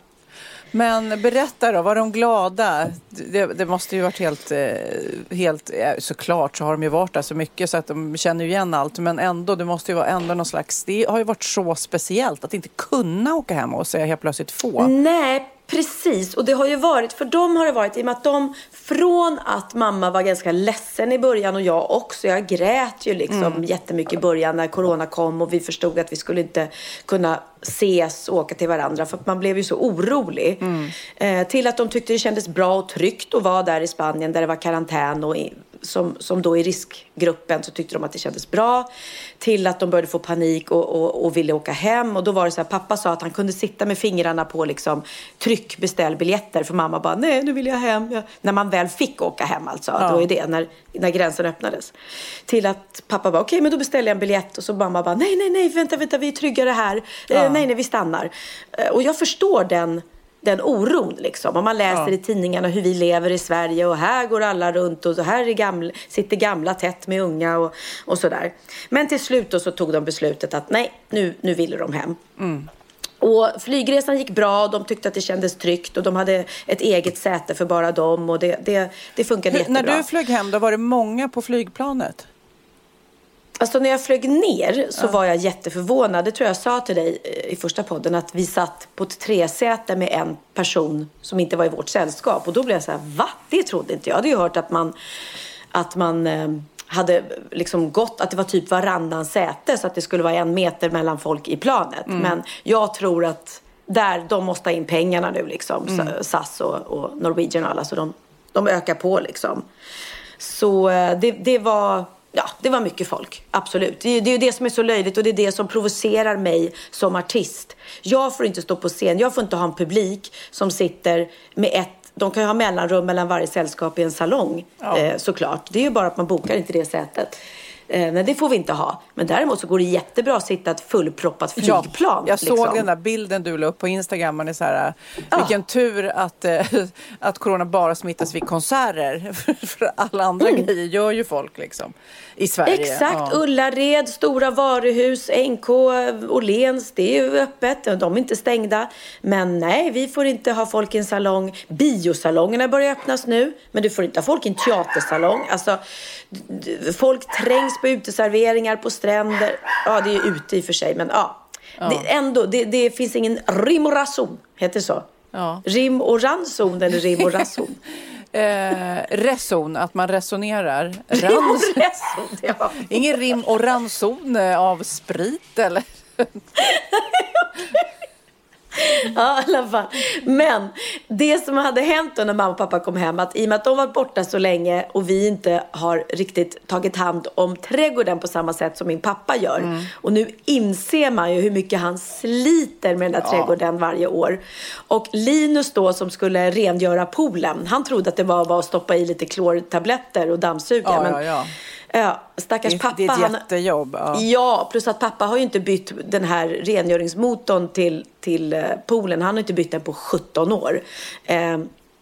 Men berätta då, var de glada? Det, det måste ju varit helt, helt, såklart så har de ju varit där så mycket så att de känner ju igen allt. Men ändå, det måste ju vara ändå någon slags, det har ju varit så speciellt att inte kunna åka hem och säga helt plötsligt få. Nej, precis. Och det har ju varit, för dem har det varit i och med att de, från att mamma var ganska ledsen i början och jag också, jag grät ju liksom mm. jättemycket i början när corona kom och vi förstod att vi skulle inte kunna ses och åka till varandra, för att man blev ju så orolig. Mm. Eh, till att de tyckte det kändes bra och tryggt att vara där i Spanien där det var karantän och i, som, som då i riskgruppen så tyckte de att det kändes bra, till att de började få panik och, och, och ville åka hem. Och då var det så här, pappa sa att han kunde sitta med fingrarna på liksom tryck, beställ biljetter, för mamma bara, nej nu vill jag hem. Ja. När man väl fick åka hem alltså, ja. Då är det när, när gränsen öppnades. Till att pappa bara, okej okay, men då beställer jag en biljett, och så mamma bara, nej nej nej, vänta vänta, vi är tryggare här. Ja. Eh, nej nej, vi stannar. Eh, och jag förstår den den oron liksom. Om man läser Ja. i tidningarna hur vi lever i Sverige och här går alla runt och så här är gamla, sitter gamla tätt med unga och, och sådär. Men till slut då så tog de beslutet att nej, nu, nu ville de hem. Mm. Och flygresan gick bra, de tyckte att det kändes tryggt och de hade ett eget säte för bara dem och det, det, det funkade Hur, jättebra. när du flög hem då var det många på flygplanet? Alltså när jag flög ner så ja. var jag jätteförvånad. Det tror jag sa till dig i första podden att vi satt på ett tresäte med en person som inte var i vårt sällskap. Och då blev jag så här, va? Det trodde inte jag. Jag hade ju hört att man, att man eh, hade liksom gått, att det var typ varannan säte så att det skulle vara en meter mellan folk i planet. Mm. Men jag tror att där, de måste ha in pengarna nu liksom. Mm. S A S och, och Norwegian och alla, så de, de ökar på liksom. Så eh, det, det var... Ja, det var mycket folk, absolut. Det är, det är ju det som är så löjligt och det är det som provocerar mig som artist. Jag får inte stå på scen, jag får inte ha en publik som sitter med ett... De kan ju ha mellanrum mellan varje sällskap i en salong, ja. eh, såklart. Det är ju bara att man bokar inte det sättet. Eh, nej, det får vi inte ha. Men däremot så går det jättebra att sitta ett fullproppat flygplan. Ja, jag liksom. såg den där bilden du la upp på Instagram. Man är så här, ja. vilken tur att, eh, att corona bara smittas vid konserter. För alla andra mm. grejer gör ju folk liksom i Sverige. Exakt, ja. Ullared, stora varuhus, N K, Åhléns, det är ju öppet. De är inte stängda. Men nej, vi får inte ha folk i en salong. Biosalongerna börjar öppnas nu. Men du får inte ha folk i en teatersalong. Alltså, folk trängs på uteserveringar, på stränder. Ja, det är ju ute i och för sig, men ja. ja. Det, ändå, det, det finns ingen rim och ranson, heter det så? Ja. Rim och ranson eller rim och ranson? eh, reson, att man resonerar. Rim och reson, ja. Ingen rim och ranson av sprit, eller? Ja, i alla fall. Men det som hade hänt då när mamma och pappa kom hem, att i och med att de var borta så länge och vi inte har riktigt tagit hand om trädgården på samma sätt som min pappa gör. Mm. Och nu inser man ju hur mycket han sliter med den där ja. trädgården varje år. Och Linus då, som skulle rengöra poolen, han trodde att det var bara att stoppa i lite klortabletter och dammsuga. Ja, men ja, ja. Ja, stackars det, pappa. det är ett jättejobb. Ja. ja, plus att pappa har ju inte bytt den här rengöringsmotorn till, till poolen. Han har inte bytt den på sjutton år. Eh,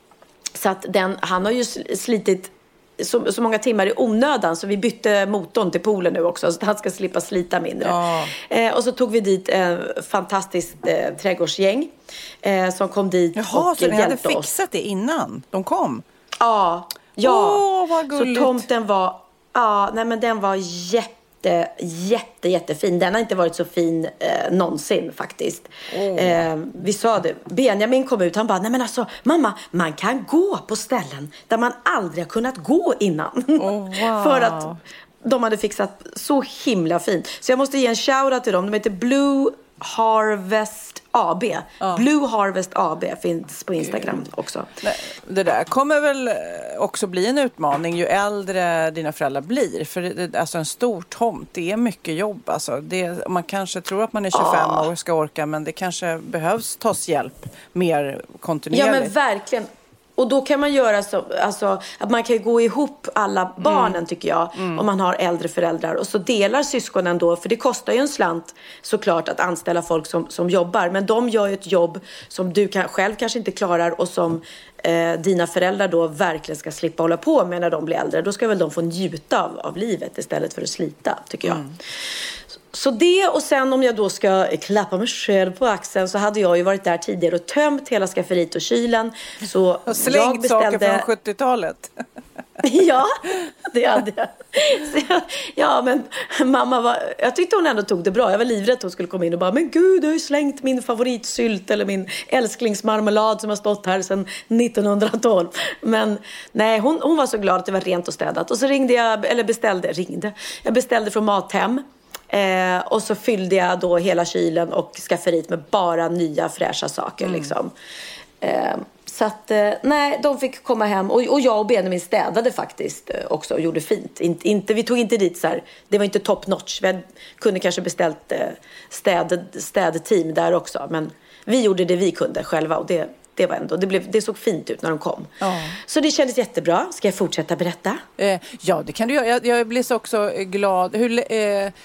så att den, han har ju slitit så, så många timmar i onödan, så vi bytte motorn till poolen nu också, så att han ska slippa slita mindre. Ja. Eh, och så tog vi dit ett eh, fantastiskt eh, trädgårdsgäng eh, som kom dit. Jaha, och så ni hade fixat oss. det innan de kom? Ja, ja. Åh, vad gulligt. Så tomten var... Ja, nej men den var jätte, jätte, jättefin. Den har inte varit så fin eh, någonsin faktiskt. Oh. Eh, vi sa det. Benjamin kom ut, han bara, nej men alltså mamma, man kan gå på ställen där man aldrig har kunnat gå innan. Oh, wow. För att de hade fixat så himla fint. Så jag måste ge en shoutout till dem. De heter Blue Harvest A B. Ja. Blue Harvest A B finns på Instagram också. Det där kommer väl också bli en utmaning ju äldre dina föräldrar blir. För det, alltså en stor tomt, det är mycket jobb. Alltså det, man kanske tror att man är tjugofem ja. år och ska orka, men det kanske behövs tas hjälp mer kontinuerligt. Ja, men verkligen. Och då kan man göra så, alltså, att man kan gå ihop alla barnen mm. tycker jag. Mm. Om man har äldre föräldrar. Och så delar syskonen då, för det kostar ju en slant såklart att anställa folk som, som jobbar. Men de gör ju ett jobb som du kan, själv kanske inte klarar och som eh, dina föräldrar då verkligen ska slippa hålla på med när de blir äldre. Då ska väl de få njuta av, av livet istället för att slita, tycker jag. Mm. Så det, och sen om jag då ska klappa mig själv på axeln, så hade jag ju varit där tidigare och tömt hela skafferiet och kylen. Så och slängt jag beställde... saker från sjuttiotalet. Ja, det hade jag. jag. Ja, men mamma var... Jag tyckte hon ändå tog det bra. Jag var livrädd att hon skulle komma in och bara, men gud, du har ju slängt min favoritsylt eller min älsklingsmarmelad som har stått här sedan nittonhundratolv. Men nej, hon, hon var så glad att det var rent och städat. Och så ringde jag, eller beställde, ringde. Jag beställde från Mathem. Eh, och så fyllde jag då hela kylen och skafferiet med bara nya fräscha saker mm. liksom. Eh, så att, eh, nej, de fick komma hem. Och, och jag och Benjamin städade faktiskt eh, också och gjorde fint. Inte, inte, vi tog inte dit så här, det var inte top notch. Vi hade, kunde kanske beställt eh, städ, städteam där också. Men vi gjorde det vi kunde själva, och det, det var ändå, det, blev, det såg fint ut när de kom. Ja. Så det kändes jättebra. Ska jag fortsätta berätta? Eh, ja, det kan du göra. Jag, jag blir så också glad. Hur... Eh...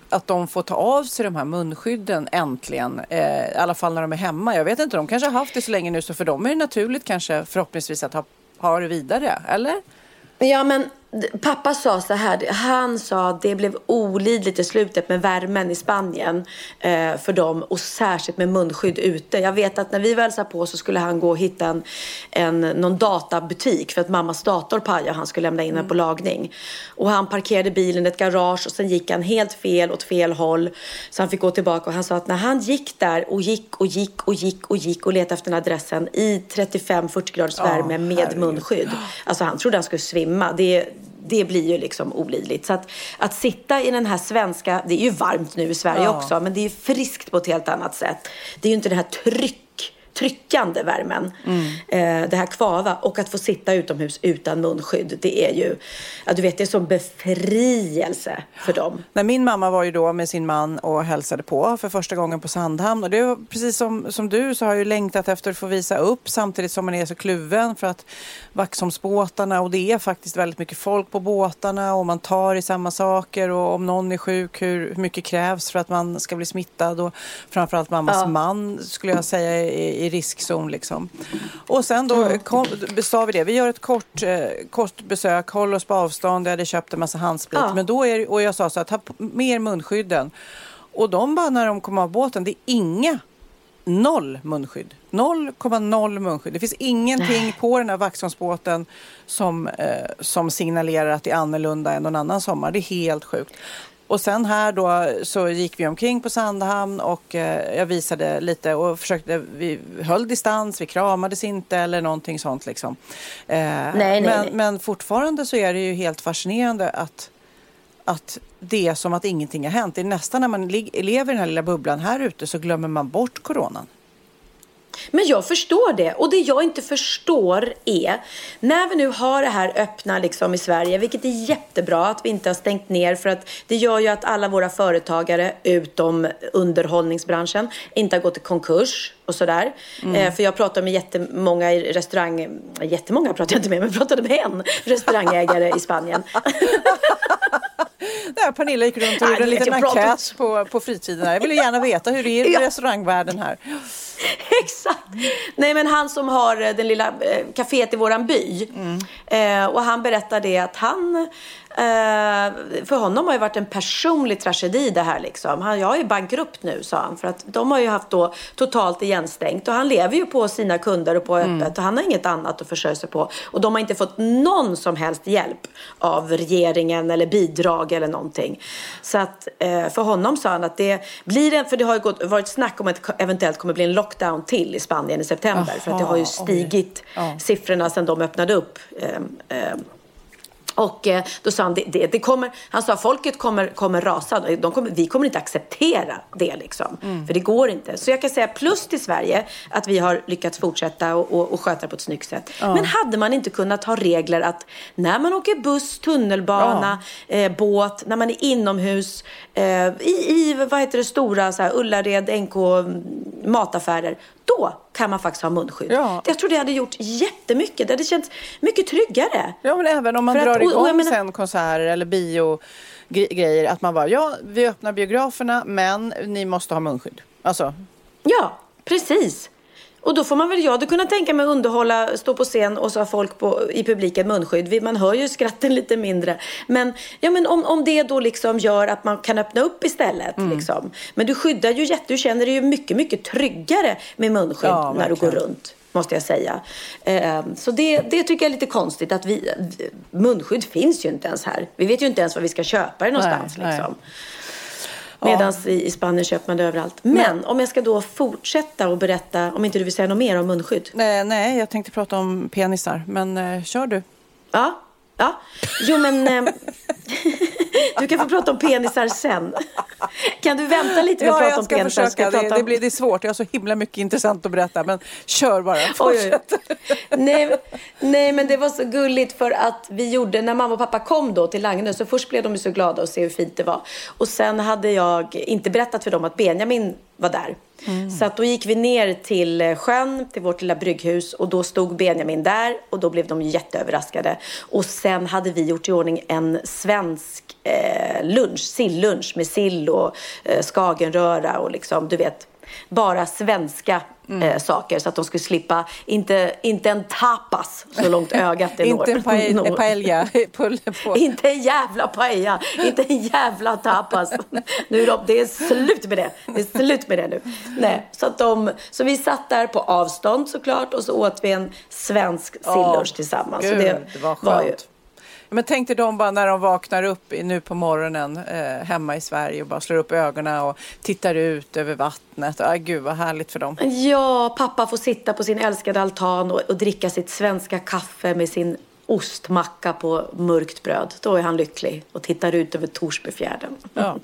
att de får ta av sig de här munskydden äntligen. Eh, I alla fall när de är hemma. Jag vet inte, de kanske har haft det så länge nu, så för dem är det naturligt kanske förhoppningsvis att ha, ha det vidare, eller? Ja, men pappa sa så här, han sa att det blev olidligt i slutet med värmen i Spanien eh, för dem, och särskilt med munskydd ute. Jag vet att när vi väl sa på så skulle han gå och hitta en, en, någon databutik för att mammas dator pajade, han skulle lämna in den på lagning. Och han parkerade bilen i ett garage och sen gick han helt fel åt fel håll, så han fick gå tillbaka, och han sa att när han gick där och gick och gick och gick och gick och letade efter den adressen i trettiofem till fyrtio graders värme oh, med herregud. munskydd. Alltså han trodde han skulle svimma. Det Det blir ju liksom olidligt. Så att, att sitta i den här svenska... Det är ju varmt nu i Sverige ja. också. Men det är ju friskt på ett helt annat sätt. Det är ju inte den här tryck, tryckande värmen. Mm. Eh, det här kvava. Och att få sitta utomhus utan munskydd. Det är ju... Ja, du vet, det är som befrielse för dem. När min mamma var ju då med sin man och hälsade på för första gången på Sandhamn. Och det var precis som, som du, så har jag ju längtat efter att få visa upp. Samtidigt som man är så kluven för att Vaxholmsbåtarna, och det är faktiskt väldigt mycket folk på båtarna och man tar i samma saker, och om någon är sjuk, hur mycket krävs för att man ska bli smittad, och framförallt mammas ja. man skulle jag säga i, i riskzon liksom. Och sen då kom, sa vi det, vi gör ett kort, eh, kort besök, håll oss på avstånd, jag hade köpt en massa handsprit, ja. men då är, och jag sa så att ha mer munskydden, och de bara när de kom av båten, det är inga Noll munskydd. noll komma noll munskydd. Det finns ingenting Nej. på den här Vaxholmsbåten som, eh, som signalerar att det är annorlunda än någon annan sommar. Det är helt sjukt. Och sen här då så gick vi omkring på Sandhamn och eh, jag visade lite och försökte, vi höll distans, vi kramades inte eller någonting sånt liksom. Eh, nej, nej, men, nej. men fortfarande så är det ju helt fascinerande att att det är som att ingenting har hänt. Det är nästan när man lever i den här lilla bubblan här ute så glömmer man bort coronan. Men jag förstår det. Och det jag inte förstår är, när vi nu har det här öppna liksom i Sverige, vilket är jättebra att vi inte har stängt ner, för att det gör ju att alla våra företagare utom underhållningsbranschen inte har gått i konkurs och sådär. Mm. Eh, för jag pratade med jättemånga i restaurang, jättemånga pratade jag inte med, men jag pratade med en restaurangägare i Spanien. Där Pernilla gick runt och gjorde en liten enkät på, på fritiden. Jag vill gärna veta hur det är i ja. restaurangvärlden här. Exakt. Nej, men han som har den lilla eh, kaféet i våran by. Mm. Eh, och han berättade att han... Eh, för honom har ju varit en personlig tragedi det här liksom. Han, jag är bankrupt nu, sa han. För att de har ju haft då totalt igenstängt. Och han lever ju på sina kunder och på öppet. Mm. Och han har inget annat att försörja sig på. Och de har inte fått någon som helst hjälp av regeringen eller bidrag eller någonting. Så att eh, för honom sa han att det blir en... För det har ju gått, varit snack om att det eventuellt kommer bli en lockdown till i Spanien i september. Aha, för att det har ju stigit oj. siffrorna sedan de öppnade upp. Eh, eh, Och eh, då sa han, det, det, det kommer, han sa folket kommer, kommer rasa. De kommer, vi kommer inte acceptera det liksom. Mm. För det går inte. Så jag kan säga plus till Sverige att vi har lyckats fortsätta och, och, och sköta på ett snyggt sätt. Ja. Men hade man inte kunnat ha regler att när man åker buss, tunnelbana, ja. eh, båt, när man är inomhus, eh, i, i vad heter det stora, så här, Ullared, N K, mataffärer, då kan man faktiskt ha munskydd. Ja. Jag tror det hade gjort jättemycket. Det hade känts mycket tryggare. Ja, men även om man För drar att, igång och, och menar, sen konserter eller bio-grejer. Att man bara, ja, vi öppnar biograferna, men ni måste ha munskydd. Alltså. Ja, precis. Och då får man väl, jag hade kunnat tänka mig underhålla, stå på scen och så har folk på, i publiken munskydd. Man hör ju skratten lite mindre. Men, ja, men om, om det då liksom gör att man kan öppna upp istället. Mm. Liksom. Men du skyddar ju jätte, du känner dig ju mycket, mycket tryggare med munskydd ja, när du går runt. Måste jag säga. Så det, det tycker jag är lite konstigt. Att vi, munskydd finns ju inte ens här. Vi vet ju inte ens var vi ska köpa det någonstans. Nej, liksom. Nej. Medan ja. i, i Spanien köper man det överallt. Men, Men om jag ska då fortsätta och berätta, om inte du vill säga något mer om munskydd. Nej, nej jag tänkte prata om penisar. Men eh, kör du. Ja, ja. Jo men... Eh, du kan få prata om penisar sen. Kan du vänta lite med att ja, prata om penisar? Försöka. Ska prata om... Det, det, blir, det är svårt, jag har så himla mycket intressant att berätta. Men kör bara, fortsätt. Oj, oj. Nej, nej, men det var så gulligt för att vi gjorde, när mamma och pappa kom då till Langnö, så först blev de så glada att se hur fint det var. Och sen hade jag inte berättat för dem att Benjamin var där. Mm. Så att då gick vi ner till sjön, till vårt lilla brygghus, och då stod Benjamin där och då blev de jätteöverraskade. Och sen hade vi gjort i ordning en svensk eh, lunch, sillunch med sill och eh, skagenröra och liksom, du vet, bara svenska mm. eh, saker, så att de skulle slippa, inte, inte en tapas så långt ögat är inte en paella, paella på. Inte en jävla paella, inte en jävla tapas. Nu är de, det är slut med det. Det är slut med det nu. Nej, så att de, så vi satt där på avstånd såklart, och så åt vi en svensk sillunch oh, tillsammans. Gud, så det, det var skönt. Var ju, men tänkte de bara när de vaknar upp nu på morgonen eh, hemma i Sverige och bara slår upp ögonen och tittar ut över vattnet. Ah, gud vad härligt för dem. Ja, pappa får sitta på sin älskade altan och, och dricka sitt svenska kaffe med sin ostmacka på mörkt bröd. Då är han lycklig och tittar ut över Torsbyfjärden. Ja.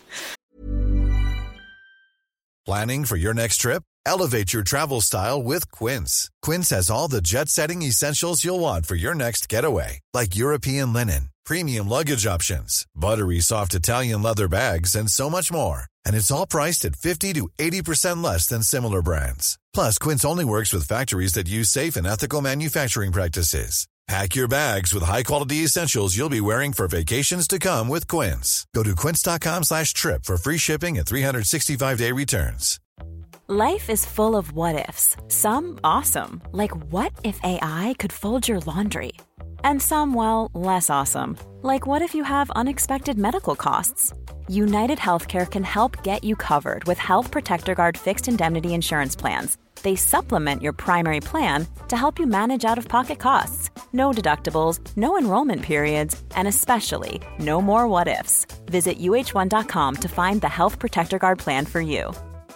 Planning for your next trip? Elevate your travel style with Quince. Quince has all the jet-setting essentials you'll want for your next getaway, like European linen, premium luggage options, buttery soft Italian leather bags, and so much more. And it's all priced at fifty to eighty percent less than similar brands. Plus, Quince only works with factories that use safe and ethical manufacturing practices. Pack your bags with high-quality essentials you'll be wearing for vacations to come with Quince. Go to quince.com slash trip for free shipping and three sixty-five day returns. Life is full of what-ifs. Some awesome, like what if A I could fold your laundry? And some, well, less awesome, like what if you have unexpected medical costs? United Healthcare can help get you covered with Health Protector Guard fixed indemnity insurance plans. They supplement your primary plan to help you manage out-of-pocket costs. No deductibles, no enrollment periods, and especially no more what-ifs. Visit U H one dot com to find the Health Protector Guard plan for you.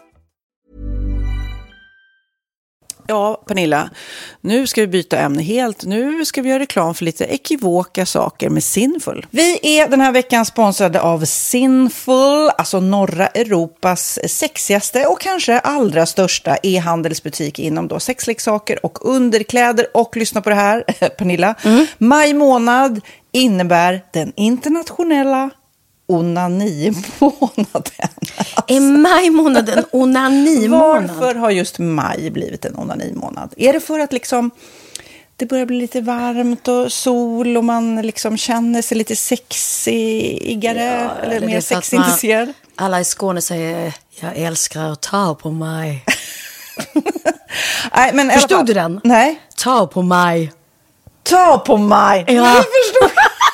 Ja, Pernilla, nu ska vi byta ämne helt. Nu ska vi göra reklam för lite ekivoka saker med Sinful. Vi är den här veckan sponsrade av Sinful, alltså norra Europas sexigaste och kanske allra största e-handelsbutik inom då sexleksaker och underkläder. Och lyssna på det här, Pernilla. Mm. Maj månad innebär den internationella onani-månaden. Alltså. Är maj-månaden onani-månad? Varför har just maj blivit en onani-månad? Är det för att liksom det börjar bli lite varmt och sol och man liksom känner sig lite sexigare ja, eller, eller mer sexintresserad? Alla i Skåne säger jag älskar att ta på mig. Nej, men förstod du den? Nej. Ta på mig. Ta på mig. Ja. Jag förstod.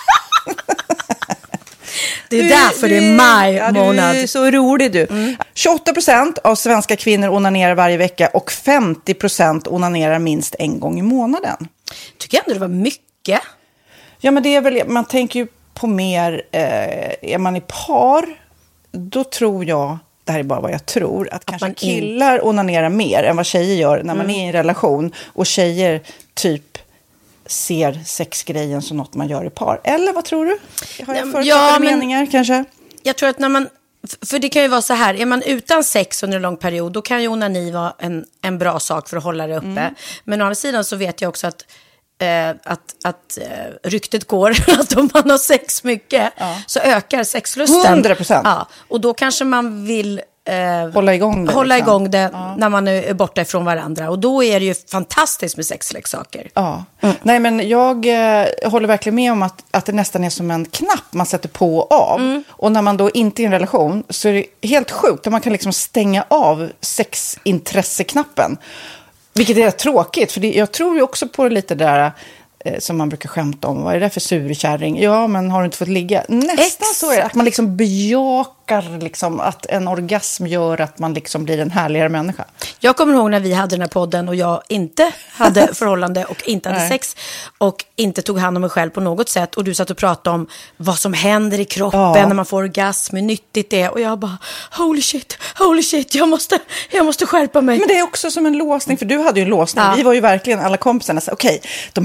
Det är du, därför det är maj ja, månad. Du är så rolig du. Mm. tjugoåtta procent av svenska kvinnor onanerar varje vecka och femtio procent onanerar minst en gång i månaden. Tycker jag ändå det var mycket. Ja, men det är väl, man tänker ju på mer, eh, är man i par, då tror jag, det här är bara vad jag tror, att, att kanske killar in... onanerar mer än vad tjejer gör när man mm. är i en relation. Och tjejer typ ser sexgrejen som något man gör i par. Eller vad tror du? Har jag förutsatta ja, meningar kanske? Jag tror att när man, för det kan ju vara så här, är man utan sex under en lång period, då kan ju onani vara en, en bra sak för att hålla det uppe. Mm. Men å andra sidan så vet jag också att eh, att, att eh, ryktet går att om man har sex mycket ja. så ökar sexlusten. hundra procent. Ja, och då kanske man vill Eh, hålla igång det, hålla liksom. igång det ja. när man är borta ifrån varandra. Och då är det ju fantastiskt med sexleksaker. Ja. Mm. Nej, men jag eh, håller verkligen med om att, att det nästan är som en knapp man sätter på och av. Mm. Och när man då inte är i en relation så är det helt sjukt att man kan liksom stänga av sexintresseknappen. Vilket är tråkigt, för det, jag tror ju också på det lite där som man brukar skämta om. Vad är det för surkärring? Ja, men har du inte fått ligga? Nästan Exakt. Så är det. Att man liksom bejakar liksom att en orgasm gör att man liksom blir en härligare människa. Jag kommer ihåg när vi hade den här podden och jag inte hade förhållande och inte hade sex och inte tog hand om mig själv på något sätt. Och du satt och pratade om vad som händer i kroppen ja. när man får orgasm, hur nyttigt det är. Och jag bara, holy shit, holy shit, jag måste, jag måste skärpa mig. Men det är också som en låsning, för du hade ju en låsning. Ja. Vi var ju verkligen alla kompisarna. Okej, okay, de här leksakerna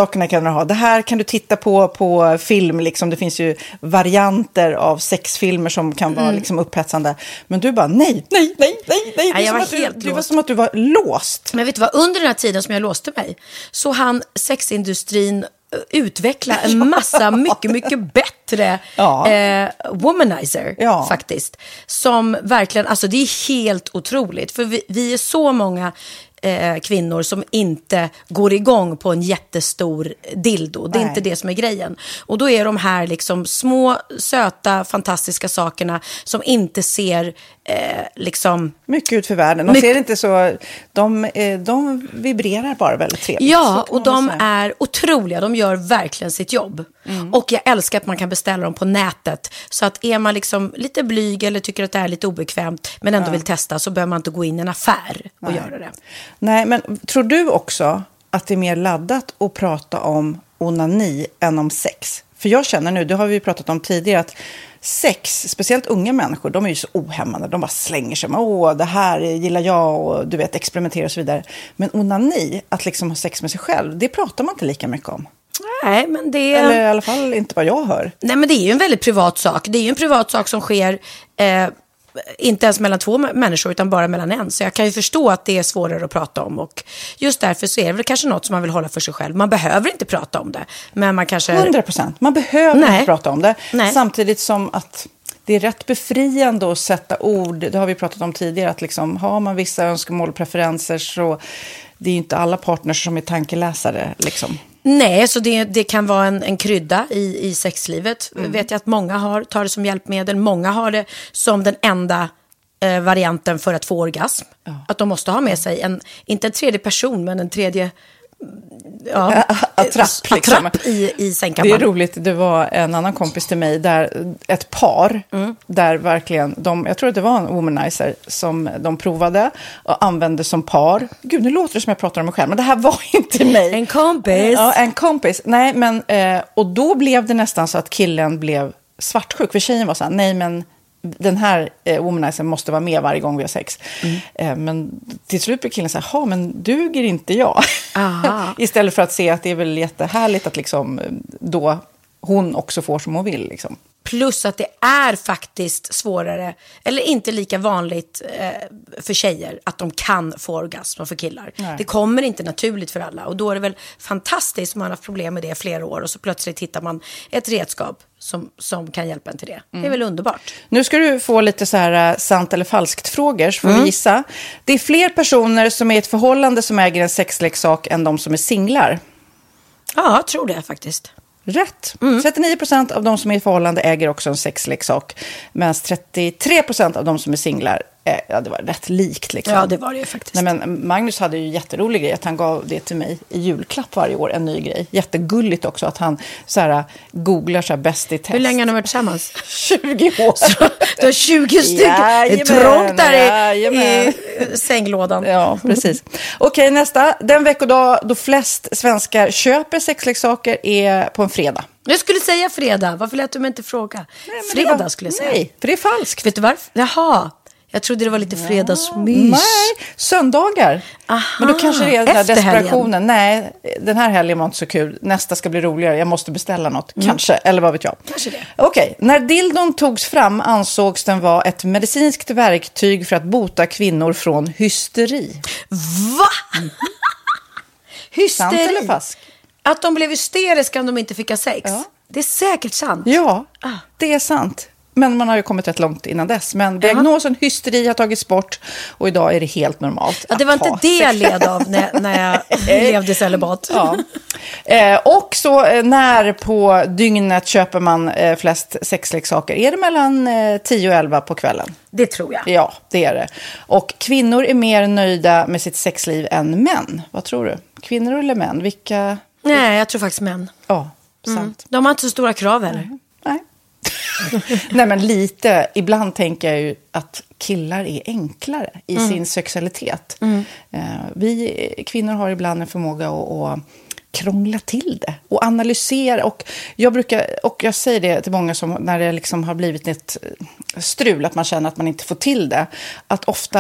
sakerna kan du ha. Det här kan du titta på på film. Liksom. Det finns ju varianter av sexfilmer som kan vara mm. liksom, upphetsande. Men du bara, nej, nej, nej, nej. nej. Nej, jag var helt du, det var som att du var låst. Men vet du vad, under den här tiden som jag låste mig så han sexindustrin utveckla en massa mycket, mycket bättre ja. eh, womanizer ja. faktiskt. Som verkligen, alltså det är helt otroligt. För vi, vi är så många eh, kvinnor som inte går igång på en jättestor dildo. Det är Nej. inte det som är grejen. Och då är de här liksom små, söta, fantastiska sakerna som inte ser eh, liksom... mycket ut för världen. De mycket... ser inte så... De, eh, de vibrerar bara väldigt trevligt. Ja, och de är otroliga. De gör verkligen sitt jobb. Mm. Och jag älskar att man kan beställa dem på nätet. Så att är man liksom lite blyg eller tycker att det är lite obekvämt men ändå ja. vill testa så behöver man inte gå in i en affär och Nej. göra det. Nej, men tror du också att det är mer laddat att prata om onani än om sex? För jag känner nu, det har vi pratat om tidigare, att sex, speciellt unga människor, de är ju så ohämmande. De bara slänger sig med, åh, det här gillar jag och du vet, experimentera och så vidare. Men onani, att liksom ha sex med sig själv, det pratar man inte lika mycket om. Nej, men det... Eller i alla fall inte vad jag hör. Nej, men det är ju en väldigt privat sak. Det är ju en privat sak som sker... Eh... inte ens mellan två människor utan bara mellan en. Så jag kan ju förstå att det är svårare att prata om och just därför så är det väl kanske något som man vill hålla för sig själv. Man behöver inte prata om det. Men man kanske... hundra procent. Man behöver Nej. inte prata om det. Nej. Samtidigt som att det är rätt befriande att sätta ord. Det har vi pratat om tidigare. Att liksom, har man vissa önskemål och preferenser så det är ju inte alla partners som är tankeläsare liksom. Nej, så det, det kan vara en, en krydda i, i sexlivet. Mm. Vet jag att många har, tar det som hjälpmedel. Många har det som den enda eh, varianten för att få orgasm. Ja. Att de måste ha med sig, en, inte en tredje person, men en tredje... Ja, attrapp, liksom. attrapp i, i sängkammaren. Det är roligt, det var en annan kompis till mig där ett par mm. där verkligen, de, jag tror att det var en womanizer som de provade och använde som par. Gud, nu låter det som jag pratar om mig själv, men det här var inte mig. En kompis. Ja, en kompis. Nej, men, eh, och då blev det nästan så att killen blev svartsjuk, för tjejen var så här, nej men den här eh, womanizern måste vara med varje gång vi har sex. Mm. Eh, men till slut blir killen så här, ja men duger inte jag? Istället för att se att det är väl jättehärligt att liksom då hon också får som hon vill liksom. Plus att det är faktiskt svårare, eller inte lika vanligt eh, för tjejer att de kan få orgasm för killar. Nej. Det kommer inte naturligt för alla. Och då är det väl fantastiskt om man har haft problem med det i flera år och så plötsligt hittar man ett redskap som, som kan hjälpa en till det. Mm. Det är väl underbart. Nu ska du få lite så här sant eller falskt frågor så får mm. vi gissa. Det är fler personer som är i ett förhållande som äger en sexleksak än de som är singlar. Ja, jag tror det faktiskt. Rätt. Mm. trettionio procent av de som är i förhållande äger också en sexleksak. Medan trettiotre procent av de som är singlar, äh, ja det var rätt likt liksom. Ja, det var det faktiskt. Nej, men Magnus hade ju jätterolig grej att han gav det till mig i julklapp varje år, en ny grej. Jättegulligt också att han så här, googlar så här bäst i test. Hur länge har ni varit tillsammans? tjugo år. Så, du har tjugo stycken. Det är trångt där i, i sänglådan. Ja, precis. Okej, nästa. Den veckodag då flest svenskar köper sexleksaker är på en fredag. Jag skulle säga fredag. Varför lät du mig inte fråga? Nej, fredag var, skulle jag säga. Nej, för det är falskt. Vet du varför? Jaha. Jag trodde det var lite fredagsmys. Nej, söndagar. Aha, men då kanske det är den här desperationen. Helgen. Nej, den här helgen var inte så kul. Nästa ska bli roligare. Jag måste beställa något. Mm. Kanske, eller vad vet jag. Kanske det. Okej, okay. När dildon togs fram ansågs den vara ett medicinskt verktyg för att bota kvinnor från hysteri. Va? Mm. Hysteri? Sant eller falskt? Att de blev hysteriska om de inte fick ha sex. Ja. Det är säkert sant. Ja, ah. det är sant. Men man har ju kommit rätt långt innan dess. Men diagnosen hysteri har tagits bort och idag är det helt normalt. Ja, det var inte det jag led av när, när jag levde celibat. Ja. Eh, och så eh, när på dygnet köper man eh, flest sexleksaker? Är det mellan eh, tio och elva på kvällen? Det tror jag. Ja, det är det. Och kvinnor är mer nöjda med sitt sexliv än män. Vad tror du? Kvinnor eller män? Vilka? Nej, jag tror faktiskt män. Ja, sant. Mm. De har inte så stora krav heller. Mm. Nej. Nej, men lite. Ibland tänker jag ju att killar är enklare i mm. sin sexualitet. Mm. Vi kvinnor har ibland en förmåga att, att krångla till det och analysera. Och jag brukar, och jag säger det till många som när det liksom har blivit ett strul, att man känner att man inte får till det. Att ofta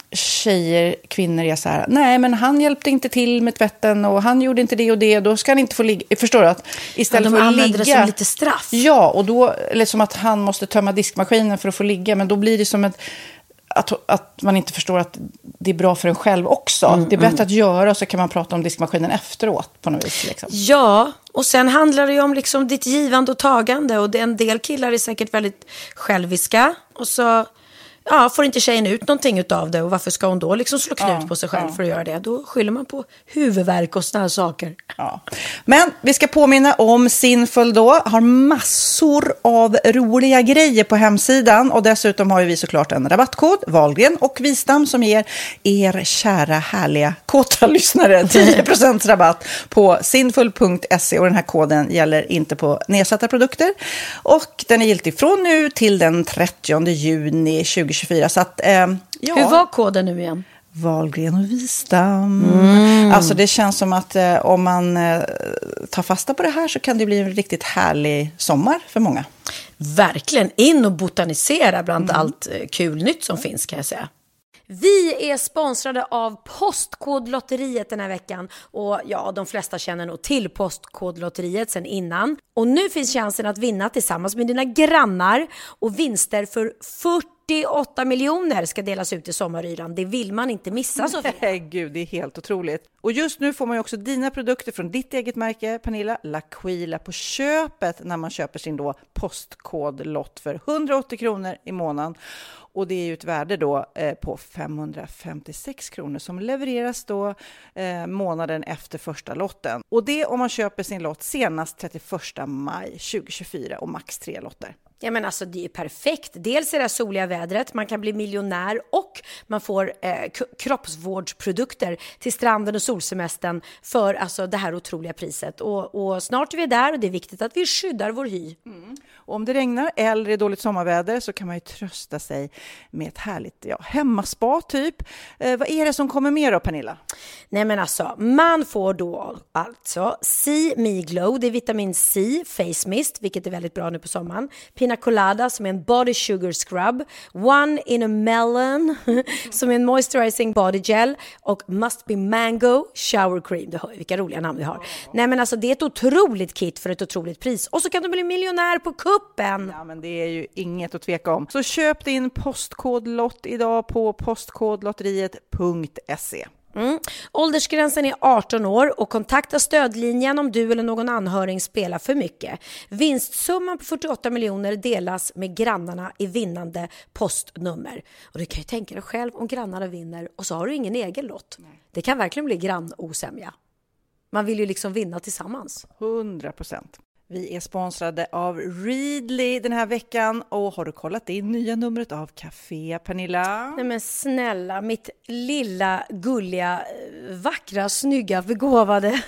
tjejer, kvinnor är så här, nej men han hjälpte inte till med tvätten och han gjorde inte det och det, då ska han inte få ligga. Förstår du? Att istället ja, de för att använder ligga, det som lite straff. Ja, och då, eller som att han måste tömma diskmaskinen för att få ligga, men då blir det som ett Att, att man inte förstår att det är bra för en själv också. Mm, det är bättre mm. att göra, och så kan man prata om diskmaskinen efteråt på något vis. Liksom. Ja, och sen handlar det ju om liksom ditt givande och tagande. Och det, en del killar är säkert väldigt själviska. Och så ja, får inte tjejen ut någonting av det. Och varför ska hon då liksom slå knut ja, på sig själv ja. för att göra det? Då skyller man på huvudvärk och sådana saker. Ja. Men vi ska påminna om Sinful då. Har massor av roliga grejer på hemsidan. Och dessutom har ju vi såklart en rabattkod, Wahlgren och Wistam, som ger er kära, härliga, kåta lyssnare tio procent rabatt på sinful punkt se. Och den här koden gäller inte på nedsatta produkter. Och den är giltig från nu till den trettionde juni tjugohundratjugofyra. Så att, eh, ja. Hur var koden nu igen? Wahlgren och Wistam. Mm. Alltså det känns som att eh, om man eh, tar fasta på det här så kan det bli en riktigt härlig sommar för många. Verkligen, in och botanisera bland mm. allt eh, kul nytt som finns, kan jag säga. Vi är sponsrade av Postkodlotteriet den här veckan. Och ja, de flesta känner nog till Postkodlotteriet sedan innan. Och nu finns chansen att vinna tillsammans med dina grannar. Och vinster för fyrtioåtta miljoner ska delas ut i sommaryran. Det vill man inte missa, Sofia. Nej, gud, det är helt otroligt. Och just nu får man ju också dina produkter från ditt eget märke, Pernilla, L'Aquila, på köpet när man köper sin då postkodlott för hundraåttio kronor i månaden. Och det är ju ett värde då eh, på femhundrafemtiosex kronor som levereras då eh, månaden efter första lotten. Och det om man köper sin lott senast trettioförsta maj tjugohundratjugofyra och max tre lotter. Ja, men alltså det är perfekt. Dels är det soliga vädret, man kan bli miljonär och man får eh, k- kroppsvårdsprodukter till stranden och solsemestern för alltså det här otroliga priset. Och, och snart är vi där och det är viktigt att vi skyddar vår hy. Mm. Och om det regnar eller är dåligt sommarväder så kan man ju trösta sig med ett härligt ja, hemmaspa typ. Eh, vad är det som kommer med då, Pernilla? Nej men alltså, man får då alltså See Me Glow, det är vitamin C, face mist, vilket är väldigt bra nu på sommaren. Pina Colada som är en body sugar scrub, One in a Melon som är en moisturizing body gel och Must Be Mango shower cream. Du hör vilka roliga namn vi har. Nej men alltså det är ett otroligt kit för ett otroligt pris. Och så kan du bli miljonär på kuppen. Ja men det är ju inget att tveka om. Så köp din postkodlott idag på postkodlotteriet punkt se. Mm. Åldersgränsen är arton år och kontakta stödlinjen om du eller någon anhörig spelar för mycket. Vinstsumman på fyrtioåtta miljoner delas med grannarna i vinnande postnummer. Och du kan ju tänka dig själv om grannarna vinner och så har du ingen egen lott. Nej. Det kan verkligen bli grannosämja. Man vill ju liksom vinna tillsammans. hundra procent. Vi är sponsrade av Readly den här veckan. Och har du kollat in nya numret av Café, Pernilla? Nej men snälla, mitt lilla, gulliga, vackra, snygga, begåvade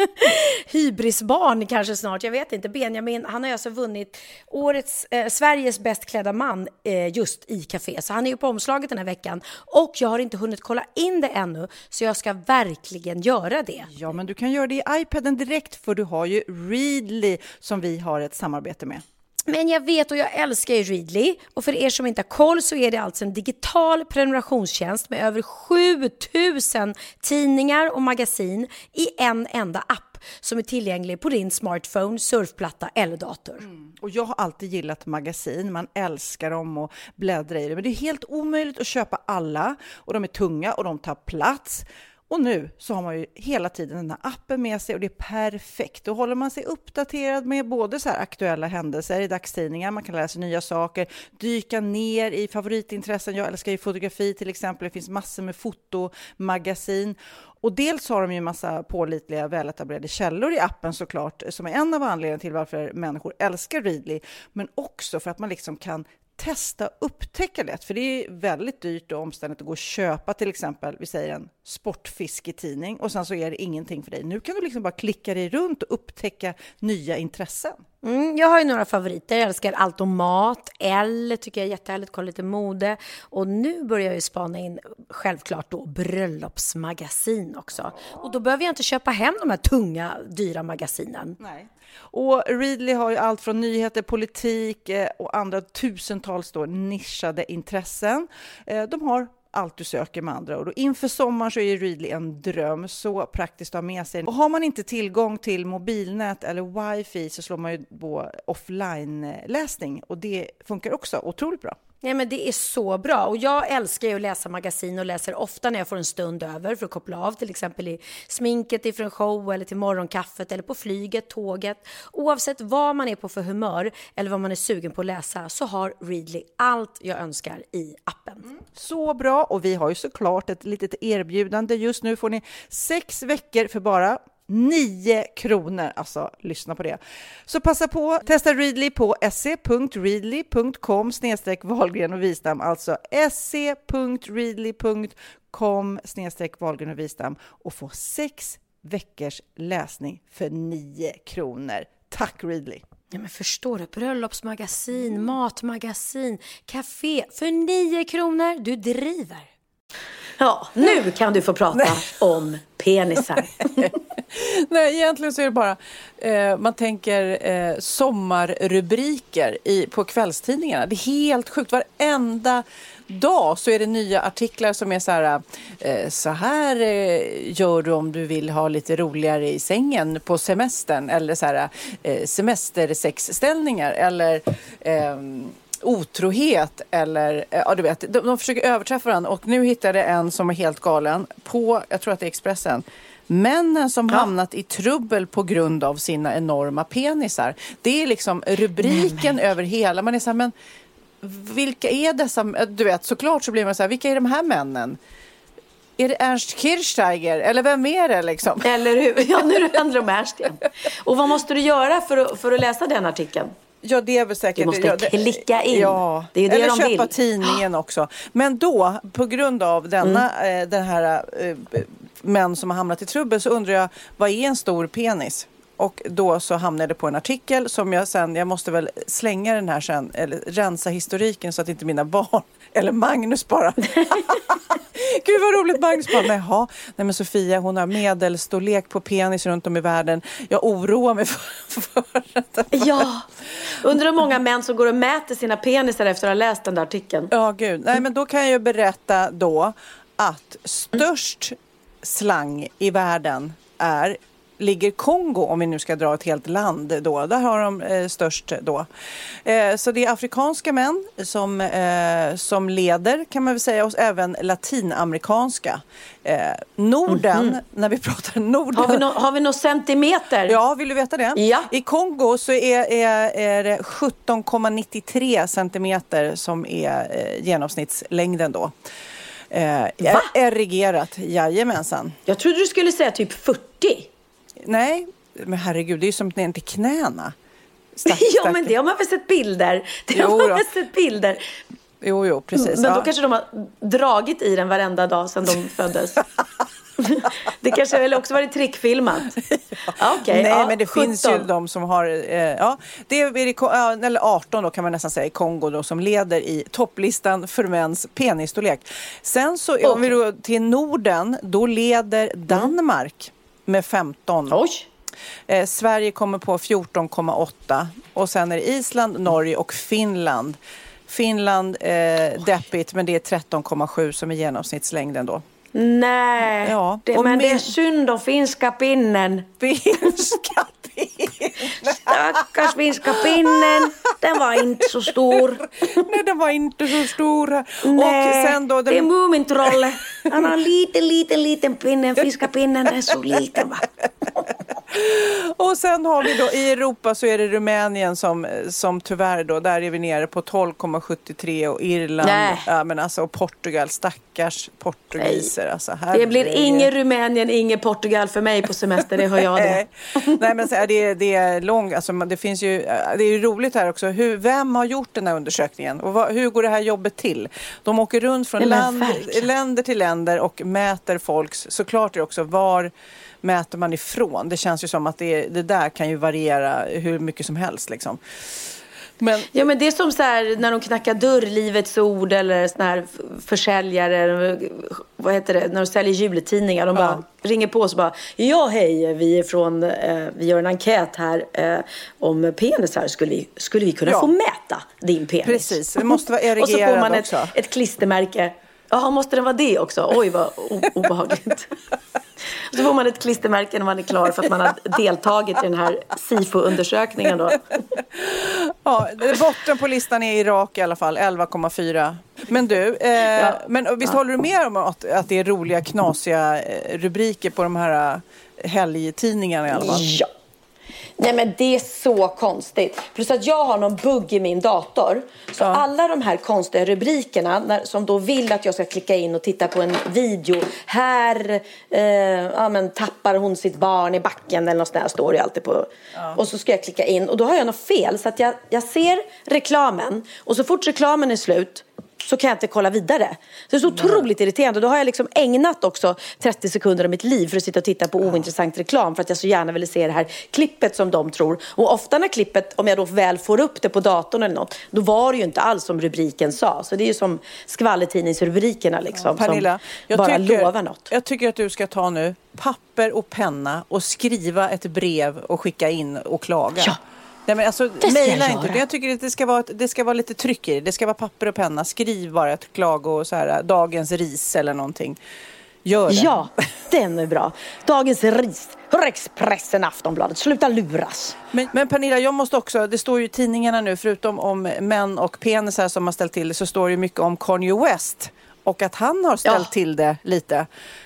hybrisbarn kanske snart. Jag vet inte, Benjamin, han har alltså vunnit årets, eh, Sveriges bäst klädda man eh, just i Café. Så han är ju på omslaget den här veckan. Och jag har inte hunnit kolla in det ännu, så jag ska verkligen göra det. Ja, men du kan göra det i iPaden direkt, för du har ju Readly som vi har ett samarbete med. Men jag vet och jag älskar ju Readly. Och för er som inte har koll så är det alltså en digital prenumerationstjänst med över sjutusen tidningar och magasin i en enda app som är tillgänglig på din smartphone, surfplatta eller dator. Mm. Och jag har alltid gillat magasin. Man älskar dem och bläddra i det. Men det är helt omöjligt att köpa alla. Och de är tunga och de tar plats. Och nu så har man ju hela tiden den här appen med sig och det är perfekt. Då håller man sig uppdaterad med både så här aktuella händelser i dagstidningar. Man kan läsa nya saker, dyka ner i favoritintressen. Jag älskar ju fotografi till exempel. Det finns massor med fotomagasin. Och dels har de ju en massa pålitliga, väletablerade källor i appen såklart. Som är en av anledningarna till varför människor älskar Readly. Men också för att man liksom kan testa upptäcka det, för det är väldigt dyrt och omständigt att gå och köpa till exempel, vi säger en sportfisketidning och sen så är det ingenting för dig. Nu kan du liksom bara klicka dig runt och upptäcka nya intressen. Mm, jag har ju några favoriter. Jag älskar allt om mat. Elle tycker jag är jättehärligt. Kolla lite mode. Och nu börjar jag ju spana in självklart då bröllopsmagasin också. Och då behöver jag inte köpa hem de här tunga, dyra magasinen. Nej. Och Readly har ju allt från nyheter, politik och andra tusentals då nischade intressen. De har allt du söker med andra. Och då inför sommaren så är Readly en dröm, så praktiskt att ha med sig. Och har man inte tillgång till mobilnät eller wifi så slår man ju på offline-läsning. Och det funkar också otroligt bra. Nej, men det är så bra. Och jag älskar ju att läsa magasin och läser ofta när jag får en stund över för att koppla av. Till exempel i sminket ifrån show eller till morgonkaffet eller på flyget, tåget. Oavsett vad man är på för humör eller vad man är sugen på att läsa så har Readly allt jag önskar i appen. Mm. Så bra, och vi har ju såklart ett litet erbjudande. Just nu får ni sex veckor för bara nio kronor, alltså lyssna på det. Så passa på, testa Readly på se punkt readly punkt com snedstreck Wahlgren och Wistam, alltså se punkt readly punkt com snedstreck Wahlgren och Wistam och få sex veckors läsning för nio kronor. Tack Readly! Ja, men förstår du, bröllopsmagasin, matmagasin, café för nio kronor, du driver. Ja, nu kan du få prata om penisar. Nej, egentligen så är det bara eh, man tänker eh, sommarrubriker i, på kvällstidningarna. Det är helt sjukt. Varenda dag så är det nya artiklar som är så här eh, så här eh, gör du om du vill ha lite roligare i sängen på semestern, eller så här eh, semestersexställningar eller eh, otrohet eller, ja du vet, de, de försöker överträffa varandra, och nu hittade jag en som är helt galen på, jag tror att det är Expressen. Männen som ja. hamnat i trubbel på grund av sina enorma penisar. Det är liksom rubriken Nej, över hela, man är så här, men vilka är dessa, du vet, såklart så blir man så här, vilka är de här männen? Är det Ernst Kirchsteiger? Eller vem är det liksom? Eller hur? Ja, nu handlar det om Ernst igen. Och vad måste du göra för att, för att läsa den artikeln? Ja, det är väl säkert. Du måste klicka in. Ja, det är det eller de köpa vill. tidningen också. Men då, på grund av denna, mm. eh, den här eh, män som har hamnat i trubbel, så undrar jag, vad är en stor penis? Och då så hamnade det på en artikel som jag sen, jag måste väl slänga den här sen, eller rensa historiken så att inte mina barn, eller Magnus bara. Gud vad roligt, Magnus bara, nej, ha, nej men Sofia, hon har medelstorlek på penis runt om i världen. Jag oroar mig för, för det. Ja, undrar hur många män som går och mäter sina penisar efter att ha läst den där artikeln. Ja, gud. Nej, men då kan jag ju berätta då att störst slang i världen är ligger Kongo, om vi nu ska dra ett helt land då. Där har de eh, störst då. Eh, så det är afrikanska män som, eh, som leder, kan man väl säga, och även latinamerikanska. Eh, Norden, mm-hmm. när vi pratar Norden. Har vi, no, har vi några centimeter? Ja, vill du veta det? Ja. I Kongo så är, är, är det sjutton komma nittiotre centimeter som är eh, genomsnittslängden då. Eh, är, erigerat, jajamensan. Jag trodde du skulle säga typ fyrtio. Nej, men herregud, det är ju som ner till knäna. Stack, ja, stack. Men det har man väl sett bilder. Det jo, har man väl sett bilder. Jo, jo, precis. Men då ja. kanske de har dragit i den varenda dag sedan de föddes. Det kanske väl också varit trickfilmat. Ja. Okay, Nej, ja, men det sjutton finns ju de som har, eh, ja, det är i, ja, eller arton då kan man nästan säga i Kongo då, som leder i topplistan för mäns penisstorlek. Sen så, okay. om vi då till Norden, då leder Danmark mm. med femton. Oj. Eh, Sverige kommer på fjorton komma åtta och sen är det Island, Norge och Finland. Finland, eh, deppigt, men det är tretton komma sju som är genomsnittslängden då. Nej, ja. det, men med... det är synd om finska pinnen. Finska pinnen. Stackars finska pinnen. Den var inte så stor. Nej, den var inte så stor. Nej, och sen då, den... det är Mumintrolle. Han har en liten, liten, liten pinne. Finska pinnen är så liten, va? Och sen har vi då i Europa så är det Rumänien som, som tyvärr då, där är vi nere på tolv komma sjuttiotre och Irland, ja, men alltså, och Portugal, stackars portugiser. Alltså, det blir är... ingen Rumänien, ingen Portugal för mig på semester, det hör jag det. Nej, men så, det, det är långt, alltså, det finns ju, det är ju roligt här också, hur, vem har gjort den här undersökningen och vad, hur går det här jobbet till? De åker runt från land, länder till länder och mäter folks, såklart är det också var mäter man ifrån. Det känns ju som att det, det där kan ju variera hur mycket som helst liksom. Men... Ja, men det är som så här när de knackar dörr, Livets Ord eller såna här försäljare, vad heter det, när de säljer juletidningar, de bara ja. ringer på och så bara, ja hej, vi är från, eh, vi gör en enkät här eh, om penisar, skulle vi, skulle vi kunna ja. få mäta din penis? Precis, det måste vara erigerad och så får man också. ett, ett klistermärke. Ja, måste det vara det också? Oj, vad o- obehagligt. Så får man ett klistermärke när man är klar för att man har deltagit i den här SIFO-undersökningen då. Ja, botten på listan är Irak i alla fall, elva komma fyra. Men du, eh, ja. men visst ja. håller du med om att, att det är roliga, knasiga rubriker på de här helgtidningarna i alla fall? Ja. Nej, men det är så konstigt. Plus att jag har någon bugg i min dator. Så ja. alla de här konstiga rubrikerna när, som då vill att jag ska klicka in och titta på en video. Här eh, ja, men, tappar hon sitt barn i backen eller något sånt där, står det alltid på. Ja. Och så ska jag klicka in och då har jag något fel. Så att jag, jag ser reklamen och så fort reklamen är slut så kan jag inte kolla vidare. Så det är så otroligt irriterande. Då har jag liksom ägnat också trettio sekunder av mitt liv för att sitta och titta på ointressant reklam. För att jag så gärna ville se det här klippet som de tror. Och ofta när klippet, om jag då väl får upp det på datorn eller något, då var det ju inte alls som rubriken sa. Så det är ju som skvallertidningsrubrikerna liksom. Ja, Pernilla, som bara tycker, lovar något. Jag tycker att du ska ta nu papper och penna och skriva ett brev och skicka in och klaga. Ja. Nej, men alltså, mejla inte. Jag tycker att det ska vara, det ska vara lite tryck i det. Det ska vara papper och penna. Skriv bara ett klago och så här, dagens ris eller någonting. Gör det. Ja, den är bra. Dagens ris. Expressen, Aftonbladet. Sluta luras. Men, men Pernilla, jag måste också, det står ju i tidningarna nu, förutom om män och penisar som har ställt till det, så står det ju mycket om Kanye West. Och att han har ställt ja. till det lite,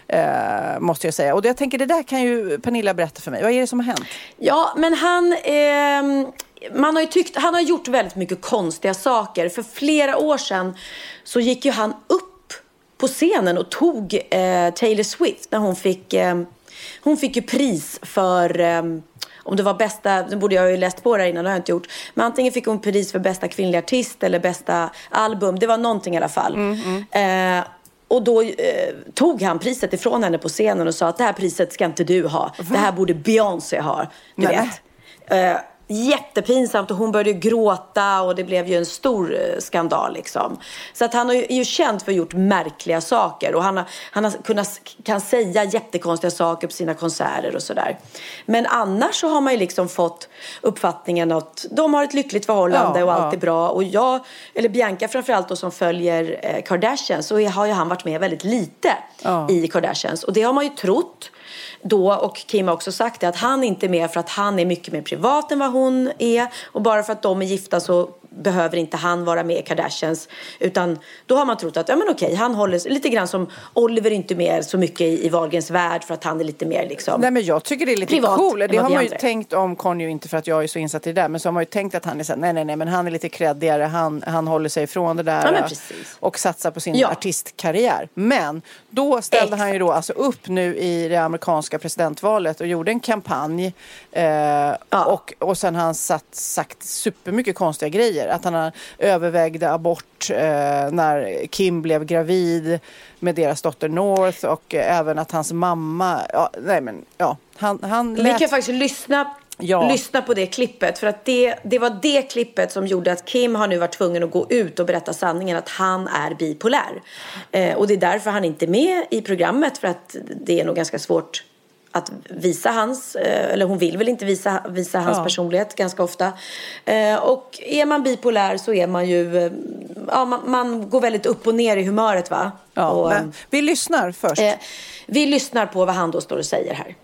eh, måste jag säga. Och jag tänker, det där kan ju Pernilla berätta för mig. Vad är det som har hänt? Ja, men han... Eh, man har ju tyckt, han har gjort väldigt mycket konstiga saker. För flera år sedan så gick ju han upp på scenen och tog eh, Taylor Swift när hon fick... Eh, hon fick ju pris för... Eh, om det var bästa, det borde jag ju läst på där innan, det har jag inte gjort. Men antingen fick hon pris för bästa kvinnliga artist eller bästa album. Det var någonting i alla fall. Mm, mm. Eh, och då eh, tog han priset ifrån henne på scenen och sa att det här priset ska inte du ha. Va? Det här borde Beyoncé ha. Du Nej. vet. Eh, jättepinsamt och hon började gråta och det blev ju en stor eh, skandal liksom. Så att han är ju, är ju känd för att ha gjort märkliga saker och han, har, han har kunnat, kan säga jättekonstiga saker på sina konserter och sådär. Men annars så har man ju liksom fått uppfattningen att de har ett lyckligt förhållande ja, och allt ja. är bra. Och jag, eller Bianca framförallt då, som följer eh, Kardashians, så har ju han varit med väldigt lite ja. i Kardashians. Och det har man ju trott då, och Kim har också sagt det, att han inte är med för att han är mycket mer privat än vad hon är. Och bara för att de är gifta så behöver inte han vara med i Kardashians. Utan då har man trott att, ja men okej, han håller lite grann som Oliver inte med så mycket i, i Wahlgrens värld för att han är lite mer liksom... Nej, men jag tycker det är lite cool. Det har man ju tänkt om Kanye, inte för att jag är så insatt i det där, men så har man ju tänkt att han är så här, nej nej nej, men han är lite kreddigare, han, han håller sig ifrån det där ja, och satsar på sin ja. artistkarriär. Men då ställde Exakt. han ju då alltså upp nu i det amerikanska presidentvalet och gjorde en kampanj eh, ja. och, och sen har han satt, sagt supermycket konstiga grejer. Att han övervägde abort eh, när Kim blev gravid med deras dotter North, och eh, även att hans mamma, ja, nej men ja, han, han lät... Vi kan faktiskt lyssna, ja. lyssna på det klippet, för att det, det var det klippet som gjorde att Kim har nu varit tvungen att gå ut och berätta sanningen, att han är bipolär. Eh, och det är därför han inte är med i programmet, för att det är nog ganska svårt att visa hans, eller hon vill väl inte visa, visa hans ja. personlighet ganska ofta. Eh, och är man bipolär så är man ju, ja, man, man går väldigt upp och ner i humöret, va? Ja, och, men vi lyssnar först. Eh, vi lyssnar på vad han då står och säger här.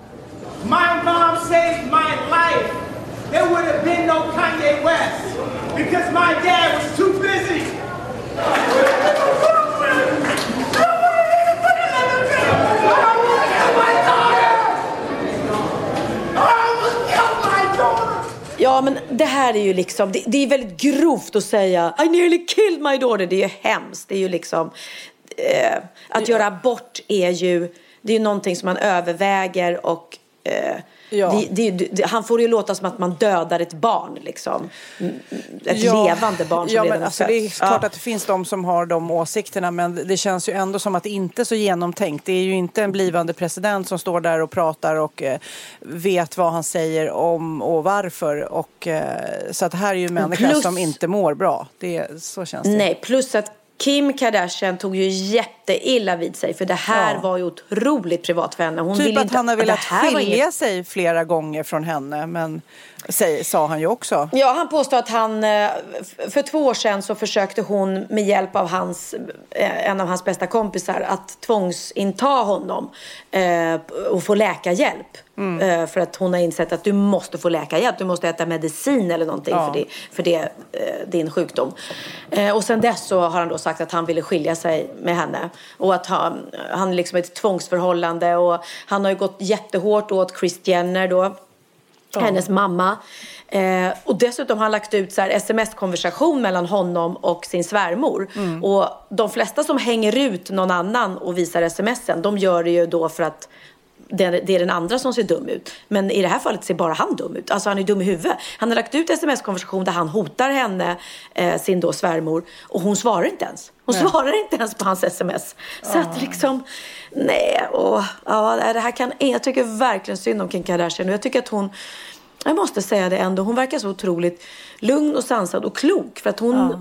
My mom saved my life. There would have been no Kanye West because my dad was too busy. Ja, men det här är ju liksom, det, det är väldigt grovt att säga I nearly killed my daughter. Det är ju hemskt. Det är ju liksom, eh, att göra abort är ju, det är ju någonting som man överväger och eh, ja. det, det, det, han får ju låta som att man dödar ett barn liksom. Ett ja. levande barn som ja, redan men alltså, det är klart ja. att det finns de som har de åsikterna, men det känns ju ändå som att det inte är så genomtänkt. Det är ju inte en blivande president som står där och pratar och eh, vet vad han säger om och varför, och eh, så att det här är ju människor plus, som inte mår bra. Det, så känns det. Nej, plus att Kim Kardashian tog ju jätteilla vid sig. För det här ja. var ju otroligt privat för henne. Hon typ vill att inte, han har velat skilja inget... sig flera gånger från henne. Men säg, sa han ju också. Ja, han påstår att han... För två år sedan så försökte hon med hjälp av hans, en av hans bästa kompisar att tvångsinta honom eh, och få läkarhjälp. Mm. Eh, för att hon har insett att du måste få läkarhjälp. Du måste äta medicin eller någonting ja. för, det, för det, eh, din sjukdom. Eh, och sen dess så har han då sagt att han ville skilja sig med henne. Och att han, han liksom är ett tvångsförhållande. Och han har ju gått jättehårt åt Kris Jenner då. Ja. Hennes mamma. Eh, och dessutom har han lagt ut så här sms-konversation mellan honom och sin svärmor. Mm. Och de flesta som hänger ut någon annan och visar smsen, de gör det ju då för att det är, det är den andra som ser dum ut. Men i det här fallet ser bara han dum ut. Alltså han är dum i huvudet. Han har lagt ut sms-konversation där han hotar henne, eh, sin då svärmor. Och hon svarar inte ens. Hon nej. svarar inte ens på hans sms. Så oh. att liksom, nej. Och, ja, det här kan, jag tycker verkligen synd om Kim Kardashian. Och jag tycker att hon, jag måste säga det ändå, hon verkar så otroligt lugn och sansad och klok. För att hon... Oh.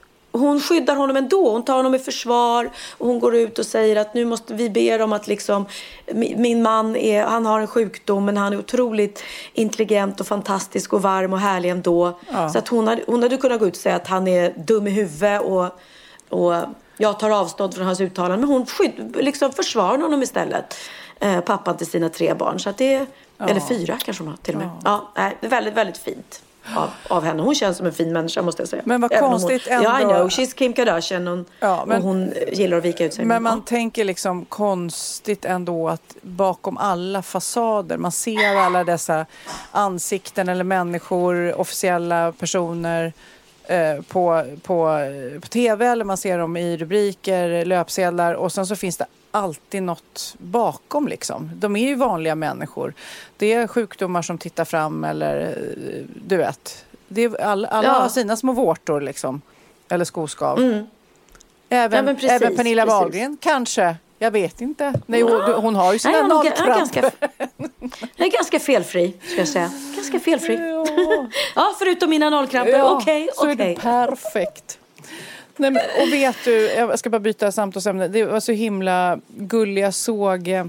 Hon skyddar honom ändå. Hon tar honom i försvar. Och hon går ut och säger att nu måste vi be om att liksom, min man är, han har en sjukdom, men han är otroligt intelligent och fantastisk och varm och härlig ändå. Ja. Så att hon hade, hon hade kunnat gå ut och säga att han är dum i huvudet och, och jag tar avstånd från hans uttalanden. Men hon skydd, liksom försvarar honom istället. Eh, pappan till sina tre barn. Så att det är, ja. Eller fyra kanske hon har till och med. Ja, ja det är väldigt, väldigt fint. Av, av henne. Hon känns som en fin människa, måste jag säga. Men vad konstigt hon, ändå. Ja, I know. She's Kim Kardashian och, ja, men, och hon gillar att vika ut sig. Men man ja. tänker liksom konstigt ändå att bakom alla fasader, man ser alla dessa ansikten eller människor, officiella personer eh, på, på, på tv, eller man ser dem i rubriker, löpsedlar, och sen så finns det alltid något bakom liksom. De är ju vanliga människor. Det är sjukdomar som tittar fram, eller du vet. Det är alla, alla ja. har sina små vårtor liksom. Eller skoskav. Mm. Även, ja, precis, även Pernilla precis. Wahlgren kanske. Jag vet inte. Nej, hon, hon har ju sina Nej, nollkramper. Ganska, jag är ganska felfri, ska jag säga. Ganska felfri. Ja, ja förutom mina nollkramper. Ja, okej, så okej. är det perfekt. Nej, men, och vet du, jag ska bara byta samtalsämne. Det var så himla gullig. Jag såg eh,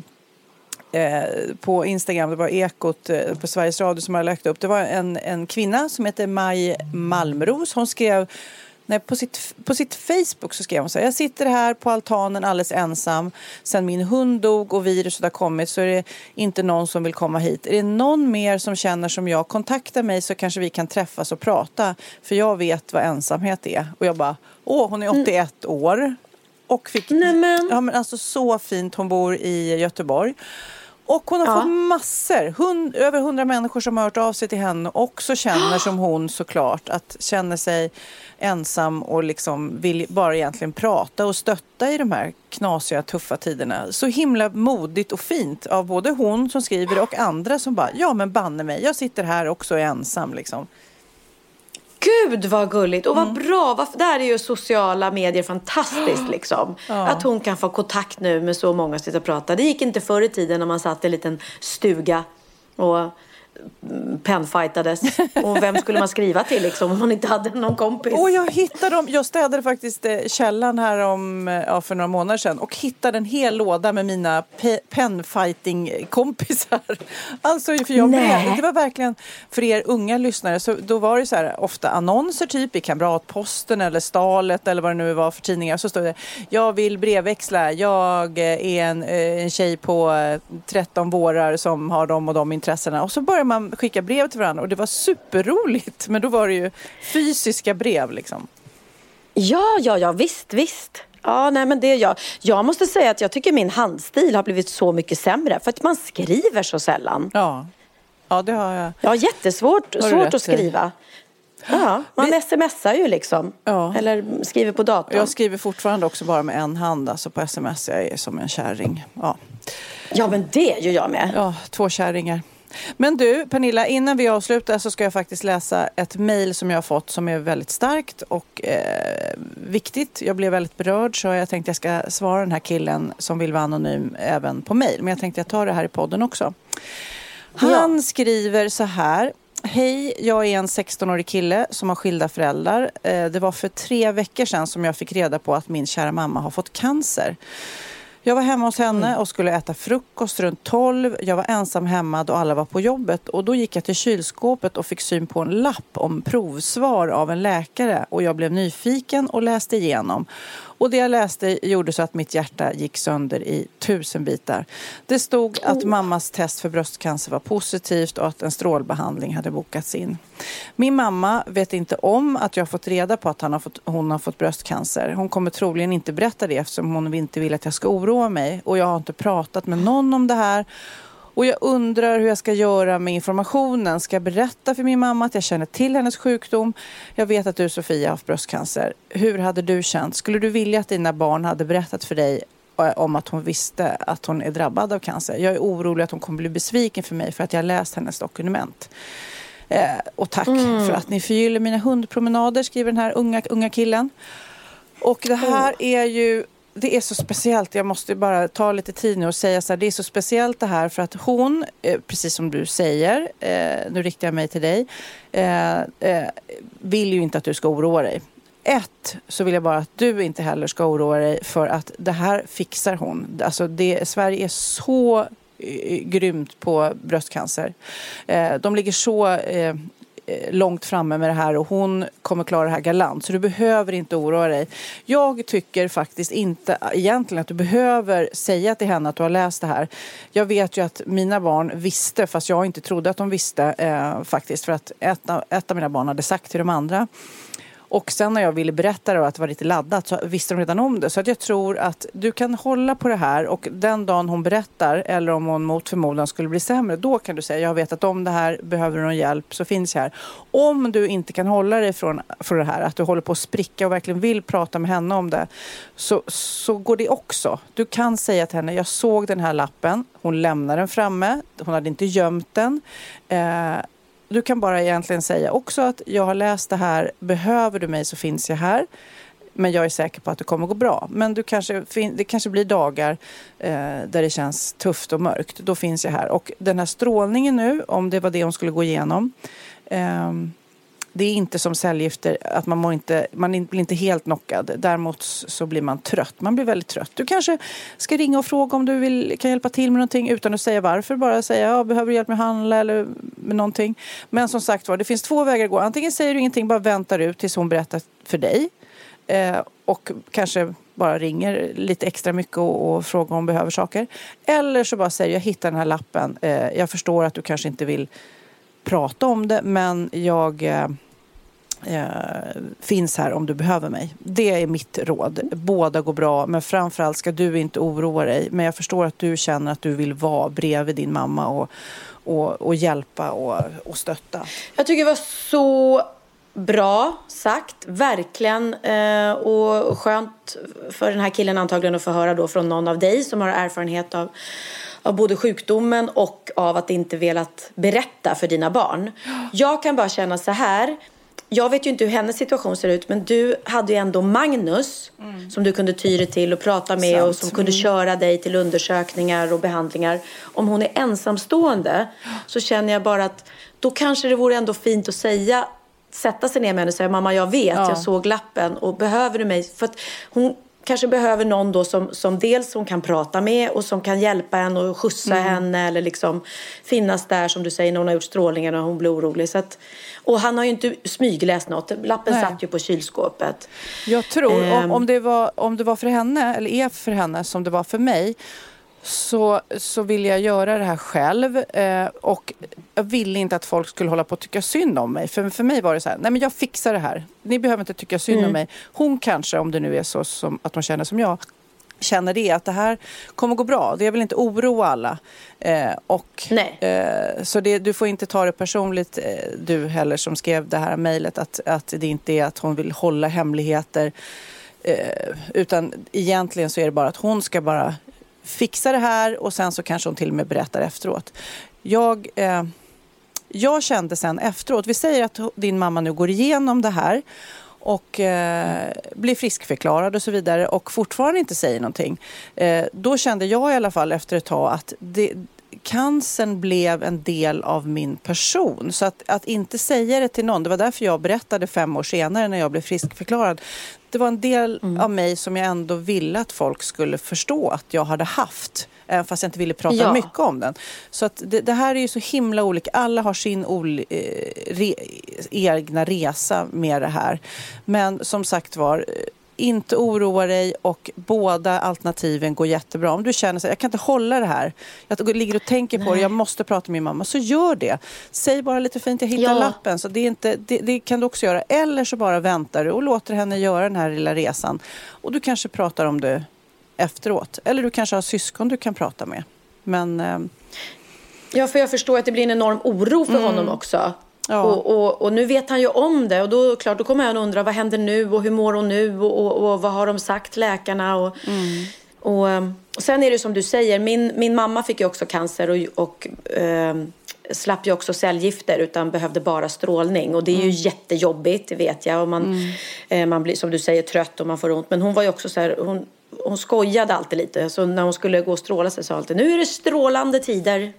på Instagram, det var Ekot eh, på Sveriges Radio som har lagt upp. Det var en, en kvinna som heter Maj Malmros. Hon skrev, nej, på, sitt, på sitt Facebook så skrev hon så här: jag sitter här på altanen alldeles ensam. Sen min hund dog och viruset har kommit så är det inte någon som vill komma hit. Är det någon mer som känner som jag, kontakta mig så kanske vi kan träffas och prata. För jag vet vad ensamhet är. Och jag bara, åh, hon är åttioett mm. år. Och fick, Nämen. ja men alltså så fint, hon bor i Göteborg. Och hon har ja. fått massor, hund, över hundra människor som har hört av sig till henne och också känner som hon såklart, att känner sig ensam och liksom vill bara egentligen prata och stötta i de här knasiga, tuffa tiderna. Så himla modigt och fint av både hon som skriver och andra som bara, ja men banne mig, jag sitter här också ensam liksom. Gud vad gulligt och vad mm. bra. Varför, där är ju sociala medier fantastiskt liksom. Ja. Att hon kan få kontakt nu med så många som sitter och pratar. Det gick inte förr i tiden när man satt i en liten stuga och pennfightades. Och vem skulle man skriva till liksom om man inte hade någon kompis? Och jag hittade dem, jag städade faktiskt källan här om, ja, för några månader sedan och hittade en hel låda med mina pe- penfighting-kompisar. Alltså, för jag blev, det var verkligen för er unga lyssnare, så då var det så här ofta annonser typ i Kamratposten eller Stalet eller vad det nu var för tidningar, så stod det, jag vill brevväxla, jag är en, en tjej på tretton vårar som har de och de intressena, och så började man skicka brev till varandra och det var superroligt, men då var det ju fysiska brev liksom. Ja, ja, ja, visst, visst. Ja, nej men det är jag. Jag måste säga att jag tycker min handstil har blivit så mycket sämre för att man skriver så sällan. Ja, ja det har jag. Ja, jättesvårt svårt att skriva. Ja, man Vi... smsar ju liksom. Ja. Eller skriver på datorn. Jag skriver fortfarande också bara med en hand, alltså på sms. Jag är som en kärring. Ja, ja men det gör jag med. Ja, två kärringar. Men du, Pernilla, innan vi avslutar så ska jag faktiskt läsa ett mejl som jag har fått som är väldigt starkt och eh, viktigt. Jag blev väldigt berörd, så jag tänkte jag ska svara den här killen som vill vara anonym även på mejl. Men jag tänkte jag tar det här i podden också. Han ja. skriver så här: Hej, jag är en sexton-årig kille som har skilda föräldrar. Eh, det var för tre veckor sedan som jag fick reda på att min kära mamma har fått cancer. Jag var hemma hos henne och skulle äta frukost runt tolv. Jag var ensam hemma då alla var på jobbet. Och då gick jag till kylskåpet och fick syn på en lapp om provsvar av en läkare. Och jag blev nyfiken och läste igenom. Och det jag läste gjorde så att mitt hjärta gick sönder i tusen bitar. Det stod att mammas test för bröstcancer var positivt och att en strålbehandling hade bokats in. Min mamma vet inte om att jag har fått reda på att han har fått, hon har fått bröstcancer. Hon kommer troligen inte berätta det eftersom hon inte vill att jag ska oroa mig. Och jag har inte pratat med någon om det här. Och jag undrar hur jag ska göra med informationen. Ska jag berätta för min mamma att jag känner till hennes sjukdom? Jag vet att du, Sofia, har haft bröstcancer. Hur hade du känt? Skulle du vilja att dina barn hade berättat för dig om att hon visste att hon är drabbad av cancer? Jag är orolig att hon kommer bli besviken för mig för att jag har läst hennes dokument. Eh, och tack mm. för att ni förgyller mina hundpromenader, skriver den här unga, unga killen. Och det här är ju... Det är så speciellt, jag måste bara ta lite tid nu och säga så här, det är så speciellt det här för att hon, eh, precis som du säger, eh, nu riktar jag mig till dig, eh, eh, vill ju inte att du ska oroa dig. Ett, så vill jag bara att du inte heller ska oroa dig för att det här fixar hon. Alltså det, Sverige är så eh, grymt på bröstcancer. Eh, de ligger så... Eh, långt framme med det här och hon kommer klara det här galant. Så du behöver inte oroa dig. Jag tycker faktiskt inte egentligen att du behöver säga till henne att du har läst det här. Jag vet ju att mina barn visste, fast jag inte trodde att de visste eh, faktiskt. För att ett av, ett av mina barn hade sagt till de andra. Och sen när jag ville berätta det att det var lite laddat så visste de redan om det. Så att jag tror att du kan hålla på det här och den dagen hon berättar eller om hon mot förmodan skulle bli sämre, då kan du säga jag vet att om det här behöver du någon hjälp så finns jag här. Om du inte kan hålla dig från, från det här, att du håller på att spricka och verkligen vill prata med henne om det, så, så går det också. Du kan säga till henne, jag såg den här lappen, hon lämnar den framme, hon hade inte gömt den. Eh, Du kan bara egentligen säga också att jag har läst det här, behöver du mig så finns jag här. Men jag är säker på att det kommer gå bra. Men du kanske, det kanske blir dagar eh, där det känns tufft och mörkt. Då finns jag här. Och den här strålningen nu, om det var det hon skulle gå igenom. Eh, det är inte som cellgifter att man, mår inte, man blir inte helt knockad. Däremot så blir man trött. Man blir väldigt trött. Du kanske ska ringa och fråga om du vill, kan hjälpa till med någonting utan att säga varför. Bara säga, ja, behöver du hjälp med att handla eller med någonting. Men som sagt var, det finns två vägar att gå. Antingen säger du ingenting, bara väntar ut tills hon berättar för dig. Eh, och kanske bara ringer lite extra mycket och, och frågar om hon behöver saker. Eller så bara säger jag hittar den här lappen. Eh, jag förstår att du kanske inte vill prata om det, men jag eh, eh, finns här om du behöver mig. Det är mitt råd. Båda går bra, men framförallt ska du inte oroa dig. Men jag förstår att du känner att du vill vara bredvid din mamma och, och, och hjälpa och, och stötta. Jag tycker det var så bra sagt, verkligen, eh, och skönt för den här killen antagligen att få höra då från någon av dig som har erfarenhet av av både sjukdomen och av att inte velat berätta för dina barn. Jag kan bara känna så här. Jag vet ju inte hur hennes situation ser ut, men du hade ju ändå Magnus mm. som du kunde ty dig till och prata med. Sant. Och som kunde köra dig till undersökningar och behandlingar. Om hon är ensamstående så känner jag bara att då kanske det vore ändå fint att säga, sätta sig ner med henne och säga, mamma, jag vet, ja. jag såg lappen och behöver du mig? För att hon kanske behöver någon då som, som dels hon kan prata med och som kan hjälpa henne och skjutsa mm. henne eller liksom finnas där, som du säger, när hon har gjort strålningen och hon blir orolig. Så att, och han har ju inte smygläst något. Lappen Nej. satt ju på kylskåpet. Jag tror, um, om, om, det var, om det var för henne, eller är för henne som det var för mig, så, så vill jag göra det här själv. Eh, och jag ville inte att folk skulle hålla på att tycka synd om mig. För, för mig var det så här, nej men jag fixar det här. Ni behöver inte tycka synd mm. om mig. Hon kanske, om det nu är så som, att hon känner som jag, känner det, att det här kommer gå bra. Det är väl inte oroa alla. Eh, och, eh, så det, du får inte ta det personligt, eh, du heller som skrev det här mejlet, att, att det inte är att hon vill hålla hemligheter. Eh, utan egentligen så är det bara att hon ska bara fixa det här och sen så kanske hon till och med berättar efteråt. Jag, eh, jag kände sen efteråt, vi säger att din mamma nu går igenom det här och eh, blir friskförklarad och så vidare och fortfarande inte säger någonting. Eh, då kände jag i alla fall efter ett tag att det, cancern blev en del av min person. Så att, att inte säga det till någon, det var därför jag berättade fem år senare när jag blev friskförklarad. Det var en del mm. av mig som jag ändå ville att folk skulle förstå att jag hade haft. Även fast jag inte ville prata ja. mycket om den. Så att det, det här är ju så himla olika. Alla har sin ol, eh, re, egna resa med det här. Men som sagt var, inte oroa dig, och båda alternativen går jättebra. Om du känner att jag kan inte hålla det här, jag ligger och tänker på Nej. det, jag måste prata med min mamma, så gör det. Säg bara lite fint, jag hittar ja. lappen. Så det, är inte, det, det kan du också göra. Eller så bara väntar du och låter henne göra den här lilla resan. Och du kanske pratar om det efteråt. Eller du kanske har syskon du kan prata med. Men... Eh... Ja, för jag förstår att det blir en enorm oro för mm. honom också. Ja. Och, och, och nu vet han ju om det. Och då, klart, då kommer han undra, vad händer nu? Och hur mår hon nu? Och, och, och vad har de sagt, läkarna? Och, mm. och, och sen är det som du säger. Min, min mamma fick ju också cancer. Och, och eh, slapp ju också cellgifter. Utan behövde bara strålning. Och det är ju mm. jättejobbigt, det vet jag. Och man, mm. eh, man blir, som du säger, trött och man får ont. Men hon var ju också så här... Hon, Hon skojade alltid lite. Så när hon skulle gå och stråla sig sa alltid, nu är det strålande tider.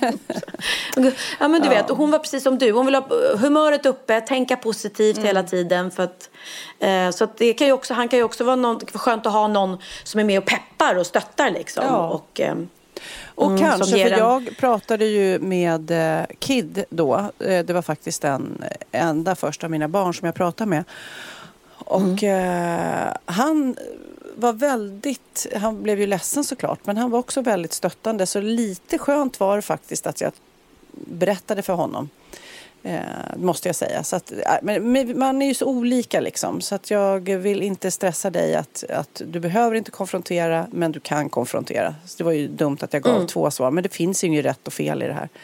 Ja, men du ja. vet, och hon var precis som du. Hon vill ha humöret uppe, tänka positivt mm. hela tiden. För att, eh, så att det kan ju också, han kan ju också vara någon, skönt att ha någon som är med och peppar och stöttar liksom. Ja. Och, eh, och mm, kanske, för en... jag pratade ju med eh, Kid då. Eh, det var faktiskt den enda första av mina barn som jag pratade med. Och mm. eh, han... var väldigt, han blev ju ledsen såklart, men han var också väldigt stöttande, så lite skönt var det faktiskt att jag berättade för honom, eh, måste jag säga. Så att, men man är ju så olika liksom, så att jag vill inte stressa dig att, att du behöver inte konfrontera, men du kan konfrontera. Så det var ju dumt att jag gav mm. två svar, men det finns ju inget rätt och fel i det här.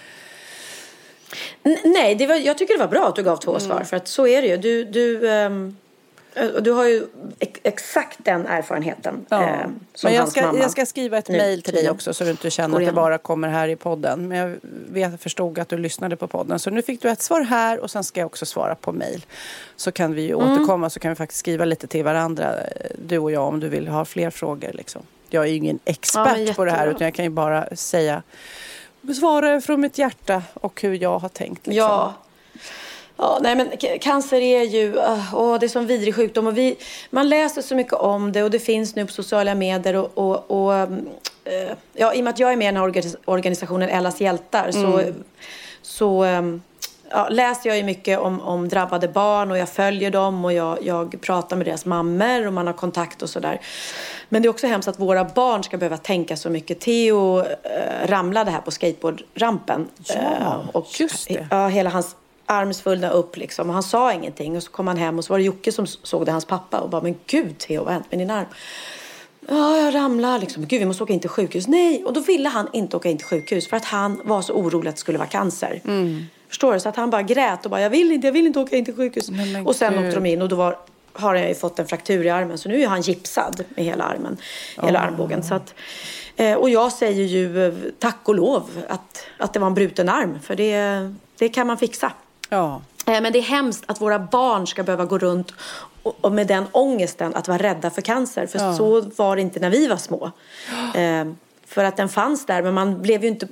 N- nej, det var, jag tycker det var bra att du gav två mm. svar, för att så är det ju. Du... du um... Du har ju ex- exakt den erfarenheten. Ja. Eh, som men jag hans ska, mamma. jag ska skriva ett mejl till dig också, så du inte känner att det bara kommer här i podden. Men jag vet, förstod att du lyssnade på podden. Så nu fick du ett svar här, och sen ska jag också svara på mejl. Så kan vi ju mm. återkomma, så kan vi faktiskt skriva lite till varandra, du och jag, om du vill ha fler frågor. Liksom. Jag är ju ingen expert ja, på det här, utan jag kan ju bara säga, svara från mitt hjärta och hur jag har tänkt. Liksom. Ja. Ja, nej men cancer är ju, åh, det är som vidrig sjukdom, och vi, man läser så mycket om det, och det finns nu på sociala medier, och, och, och äh, ja, i och med att jag är med i den här organisationen Ellas hjältar, så, mm. så ja, läser jag ju mycket om, om drabbade barn, och jag följer dem, och jag, jag pratar med deras mammor, och man har kontakt och sådär. Men det är också hemskt att våra barn ska behöva tänka så mycket. Theo äh, ramlade här på skateboardrampen. Ja, äh, och just det. Ja, hela hans arm svullna upp liksom, och han sa ingenting, och så kom han hem, och så var det Jocke som såg det, hans pappa, och bara, men gud Theo, vad har hänt med din arm? Ja, jag ramlade liksom, gud vi måste åka in till sjukhus. Nej, och då ville han inte åka in till sjukhus, för att han var så orolig att det skulle vara cancer. Mm. Förstår du? Så att han bara grät och bara, jag vill inte, jag vill inte åka in till sjukhus. Men, och sen åkte de in, och då var, har jag ju fått en fraktur i armen, så nu är han gipsad med hela armen, oh. hela armbågen. Så att, eh, och jag säger ju tack och lov att, att det var en bruten arm, för det, det kan man fixa. Ja. Men det är hemskt att våra barn ska behöva gå runt och, och med den ångesten att vara rädda för cancer. För ja. så var det inte när vi var små. Eh, för att den fanns där, men man blev ju inte...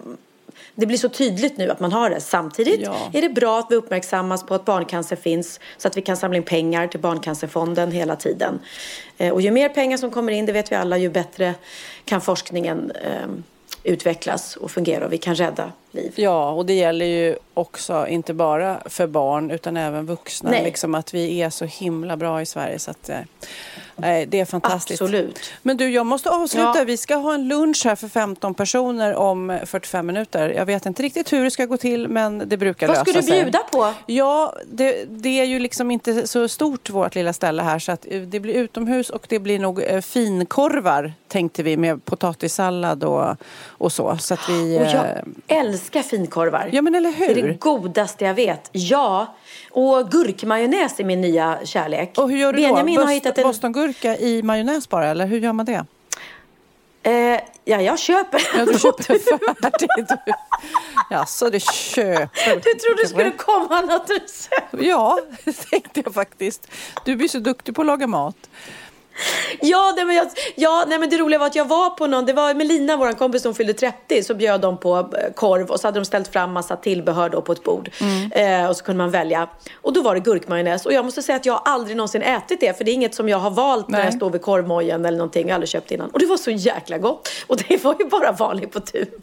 Det blir så tydligt nu att man har det. Samtidigt ja. är det bra att vi uppmärksammas på att barncancer finns, så att vi kan samla in pengar till Barncancerfonden hela tiden. Eh, och ju mer pengar som kommer in, det vet vi alla, ju bättre kan forskningen... Eh, utvecklas och fungera, och vi kan rädda liv. Ja, och det gäller ju också inte bara för barn utan även vuxna. Nej. Liksom att vi är så himla bra i Sverige, så att nej, det är fantastiskt. Absolut. Men du, jag måste avsluta. Ja. Vi ska ha en lunch här för femton personer om fyrtiofem minuter. Jag vet inte riktigt hur det ska gå till, men det brukar Vad lösa sig. Vad ska du bjuda på? Ja, det, det är ju liksom inte så stort, vårt lilla ställe här, så att det blir utomhus, och det blir nog finkorvar, tänkte vi, med potatissallad och, och så. Så att vi, och jag älskar finkorvar. Ja, men eller hur? Det är det godaste jag vet. Ja, och gurkmajonnäs är min nya kärlek. Och hur gör du Benjamin då? Har hittat en... Bostongurka i majonnäs bara, eller hur gör man det? Eh, ja, jag köper. Ja, du köper färdigt. Ja, så det köper. Du trodde det skulle komma något recept. Ja, det tänkte jag faktiskt. Du blir så duktig på att laga mat. Ja, nej, men jag, ja nej, men det roliga var att jag var på någon, det var Melina, vår kompis som fyllde trettio, så bjöd de på korv och så hade de ställt fram massa tillbehör då på ett bord. Mm. Eh, och så kunde man välja. Och då var det gurkmajonnäs. Och jag måste säga att jag aldrig någonsin ätit det, för det är inget som jag har valt nej. när jag står vid korvmojen eller någonting. Jag har aldrig köpt innan. Och det var så jäkla gott. Och det var ju bara vanligt på typ.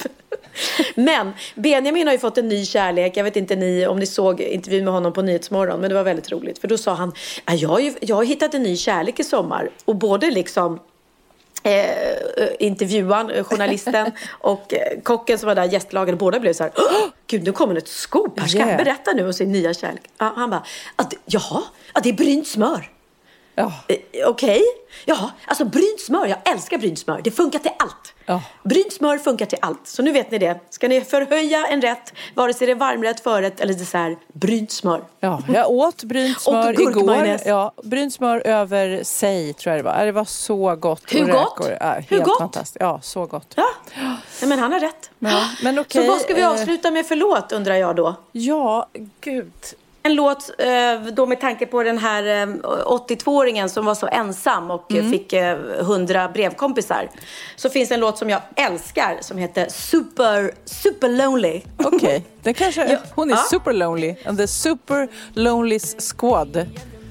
Men Benjamin har ju fått en ny kärlek. Jag vet inte ni, om ni såg intervjun med honom på Nyhetsmorgon, men det var väldigt roligt. För då sa han, jag har, ju, jag har hittat en ny kärlek i sommar. Och både liksom eh, intervjuaren, journalisten och eh, kocken som var där gästlagade, båda blev så här, gud, nu kommer ett skop. Här ska yeah. berätta nu om sin nya kärlek. Ja, han bara, att, jaha, att det är brynt smör. Ja. Eh, Okej. Okay. Ja, alltså brynt smör. Jag älskar brynt smör. Det funkar till allt. Ja. Brynt smör funkar till allt. Så nu vet ni det. Ska ni förhöja en rätt, vare sig det är varmrätt, förrätt eller dessert, brynt smör. Ja, jag åt brynt smör igår. Ja, brynt smör över sig tror jag det var. Det var så gott. Hur gott? Ja, helt Hur gott? Fantastiskt. Ja, så gott. Ja. Nej, men han har rätt. Ja, men okej. Så vad ska vi avsluta med för låt, undrar jag då? Ja, gud. En låt då med tanke på den här åttiotvååringen som var så ensam och mm. fick hundra brevkompisar. Så finns en låt som jag älskar som heter Super Super Lonely. Okej, okay. Den kanske ja. hon är ja. super lonely and the Super Lonely's Squad.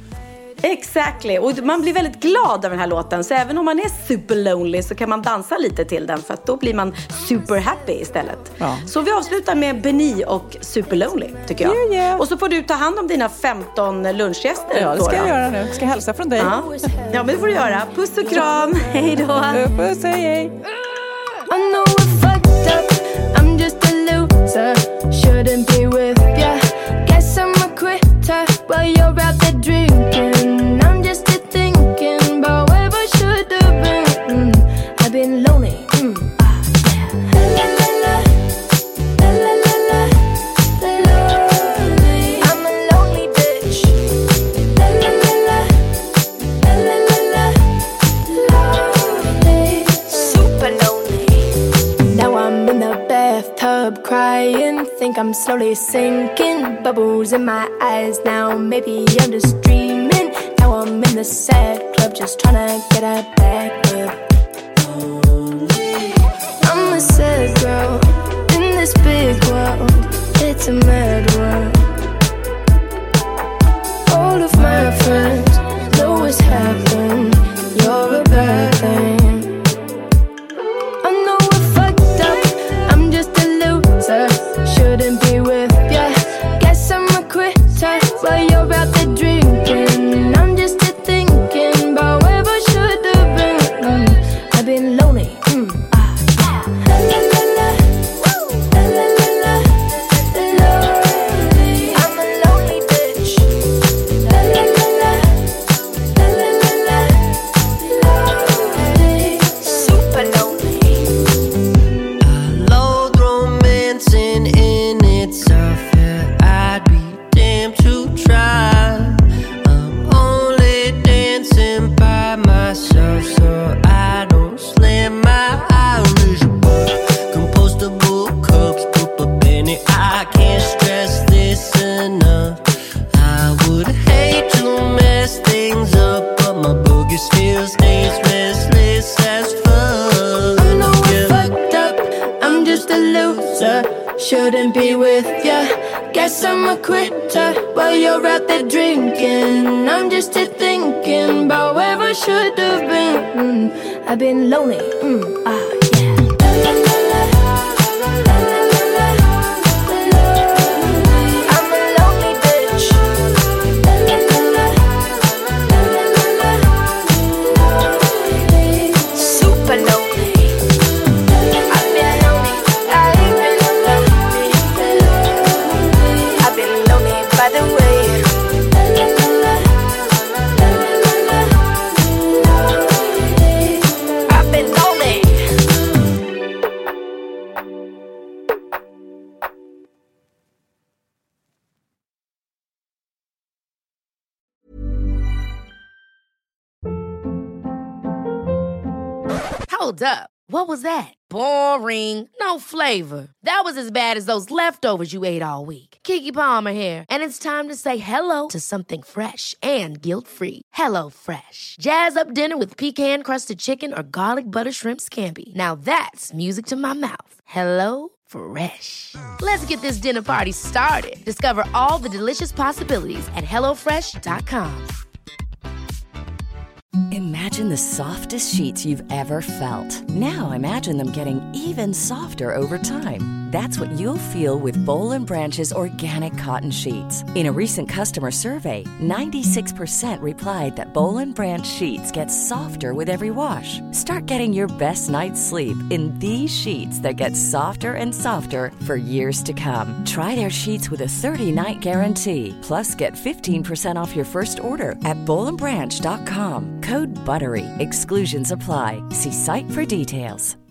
Exactly. Och man blir väldigt glad av den här låten. Så även om man är super lonely så kan man dansa lite till den, för att då blir man super happy istället. Ja. Så vi avslutar med Benny och Super Lonely, tycker jag. Yeah, yeah. Och så får du ta hand om dina femton lunchgäster. Ja, det ska då, jag då. göra nu. Ska jag hälsa från dig. Ja. ja, men det får du göra. Puss och kram. Hej då. Puss, hej, hej. I know we're fucked up. I'm just a loser. Shouldn't be with ya. Guess I'm a quitter while you're out there drinking. I'm just a thinking about where I should have been. Mm, I've been lonely. Mm, ah, yeah. La, la, la, la, la, la, la, lonely. I'm a lonely bitch. La, la, la, la, la, la, la, lonely. Super lonely. Now I'm in the bathtub crying. Think I'm slowly sinking. Bubbles in my eyes now. Maybe I'm just dreaming. Now I'm in the sad club, just trying to get a back up. I'm a sad girl in this big world. It's a mad world. All of my friends know what's happened. You're a bad thing. I know we're fucked up. I'm just a loser. Shouldn't be with ya. Guess I'm a quitter while you're out there drinking. I'm just a thinking about where I should have been. Mm, I've been lonely. Mm, ah, yeah. La, la, la, la, la, la, la, lonely. I'm a lonely bitch. La, la, la, la, la, la, la, la, lonely. Super lonely. I loathe romancing in itself. Yeah, I'd be damned to try. I'm only dancing by myself, so I don't slam my Irish bar. Compostable cups, put a penny. I can't stress this enough. I would hate to mess things up, but my boogie still stays restless as fuck. I know we're fucked up. I'm just a loser. Shouldn't be with ya. Guess I'm a quitter while you're out there drinking. I'm just a thinking about where I should have been. Mm, I've been lonely. Mm, ah, yeah. La, la, la, la, la, la, la, lonely. I'm a lonely bitch. La, la, la, la, la, la, la, lonely. Super lonely. I've been lonely. I've been lonely. I've been lonely by the way. La, la, la, la, la, la, la, lonely. I've been lonely. Hold up. What was that? Boring. No flavor. That was as bad as those leftovers you ate all week. Keke Palmer here, and it's time to say hello to something fresh and guilt-free. Hello Fresh. Jazz up dinner with pecan-crusted chicken or garlic butter shrimp scampi. Now that's music to my mouth. Hello Fresh. Let's get this dinner party started. Discover all the delicious possibilities at hello fresh dot com. Imagine the softest sheets you've ever felt. Now imagine them getting even softer over time. That's what you'll feel with Boll and Branch's organic cotton sheets. In a recent customer survey, ninety-six percent replied that Boll and Branch sheets get softer with every wash. Start getting your best night's sleep in these sheets that get softer and softer for years to come. Try their sheets with a thirty-night guarantee. Plus, get fifteen percent off your first order at boll and branch dot com. Code BUTTERY. Exclusions apply. See site for details.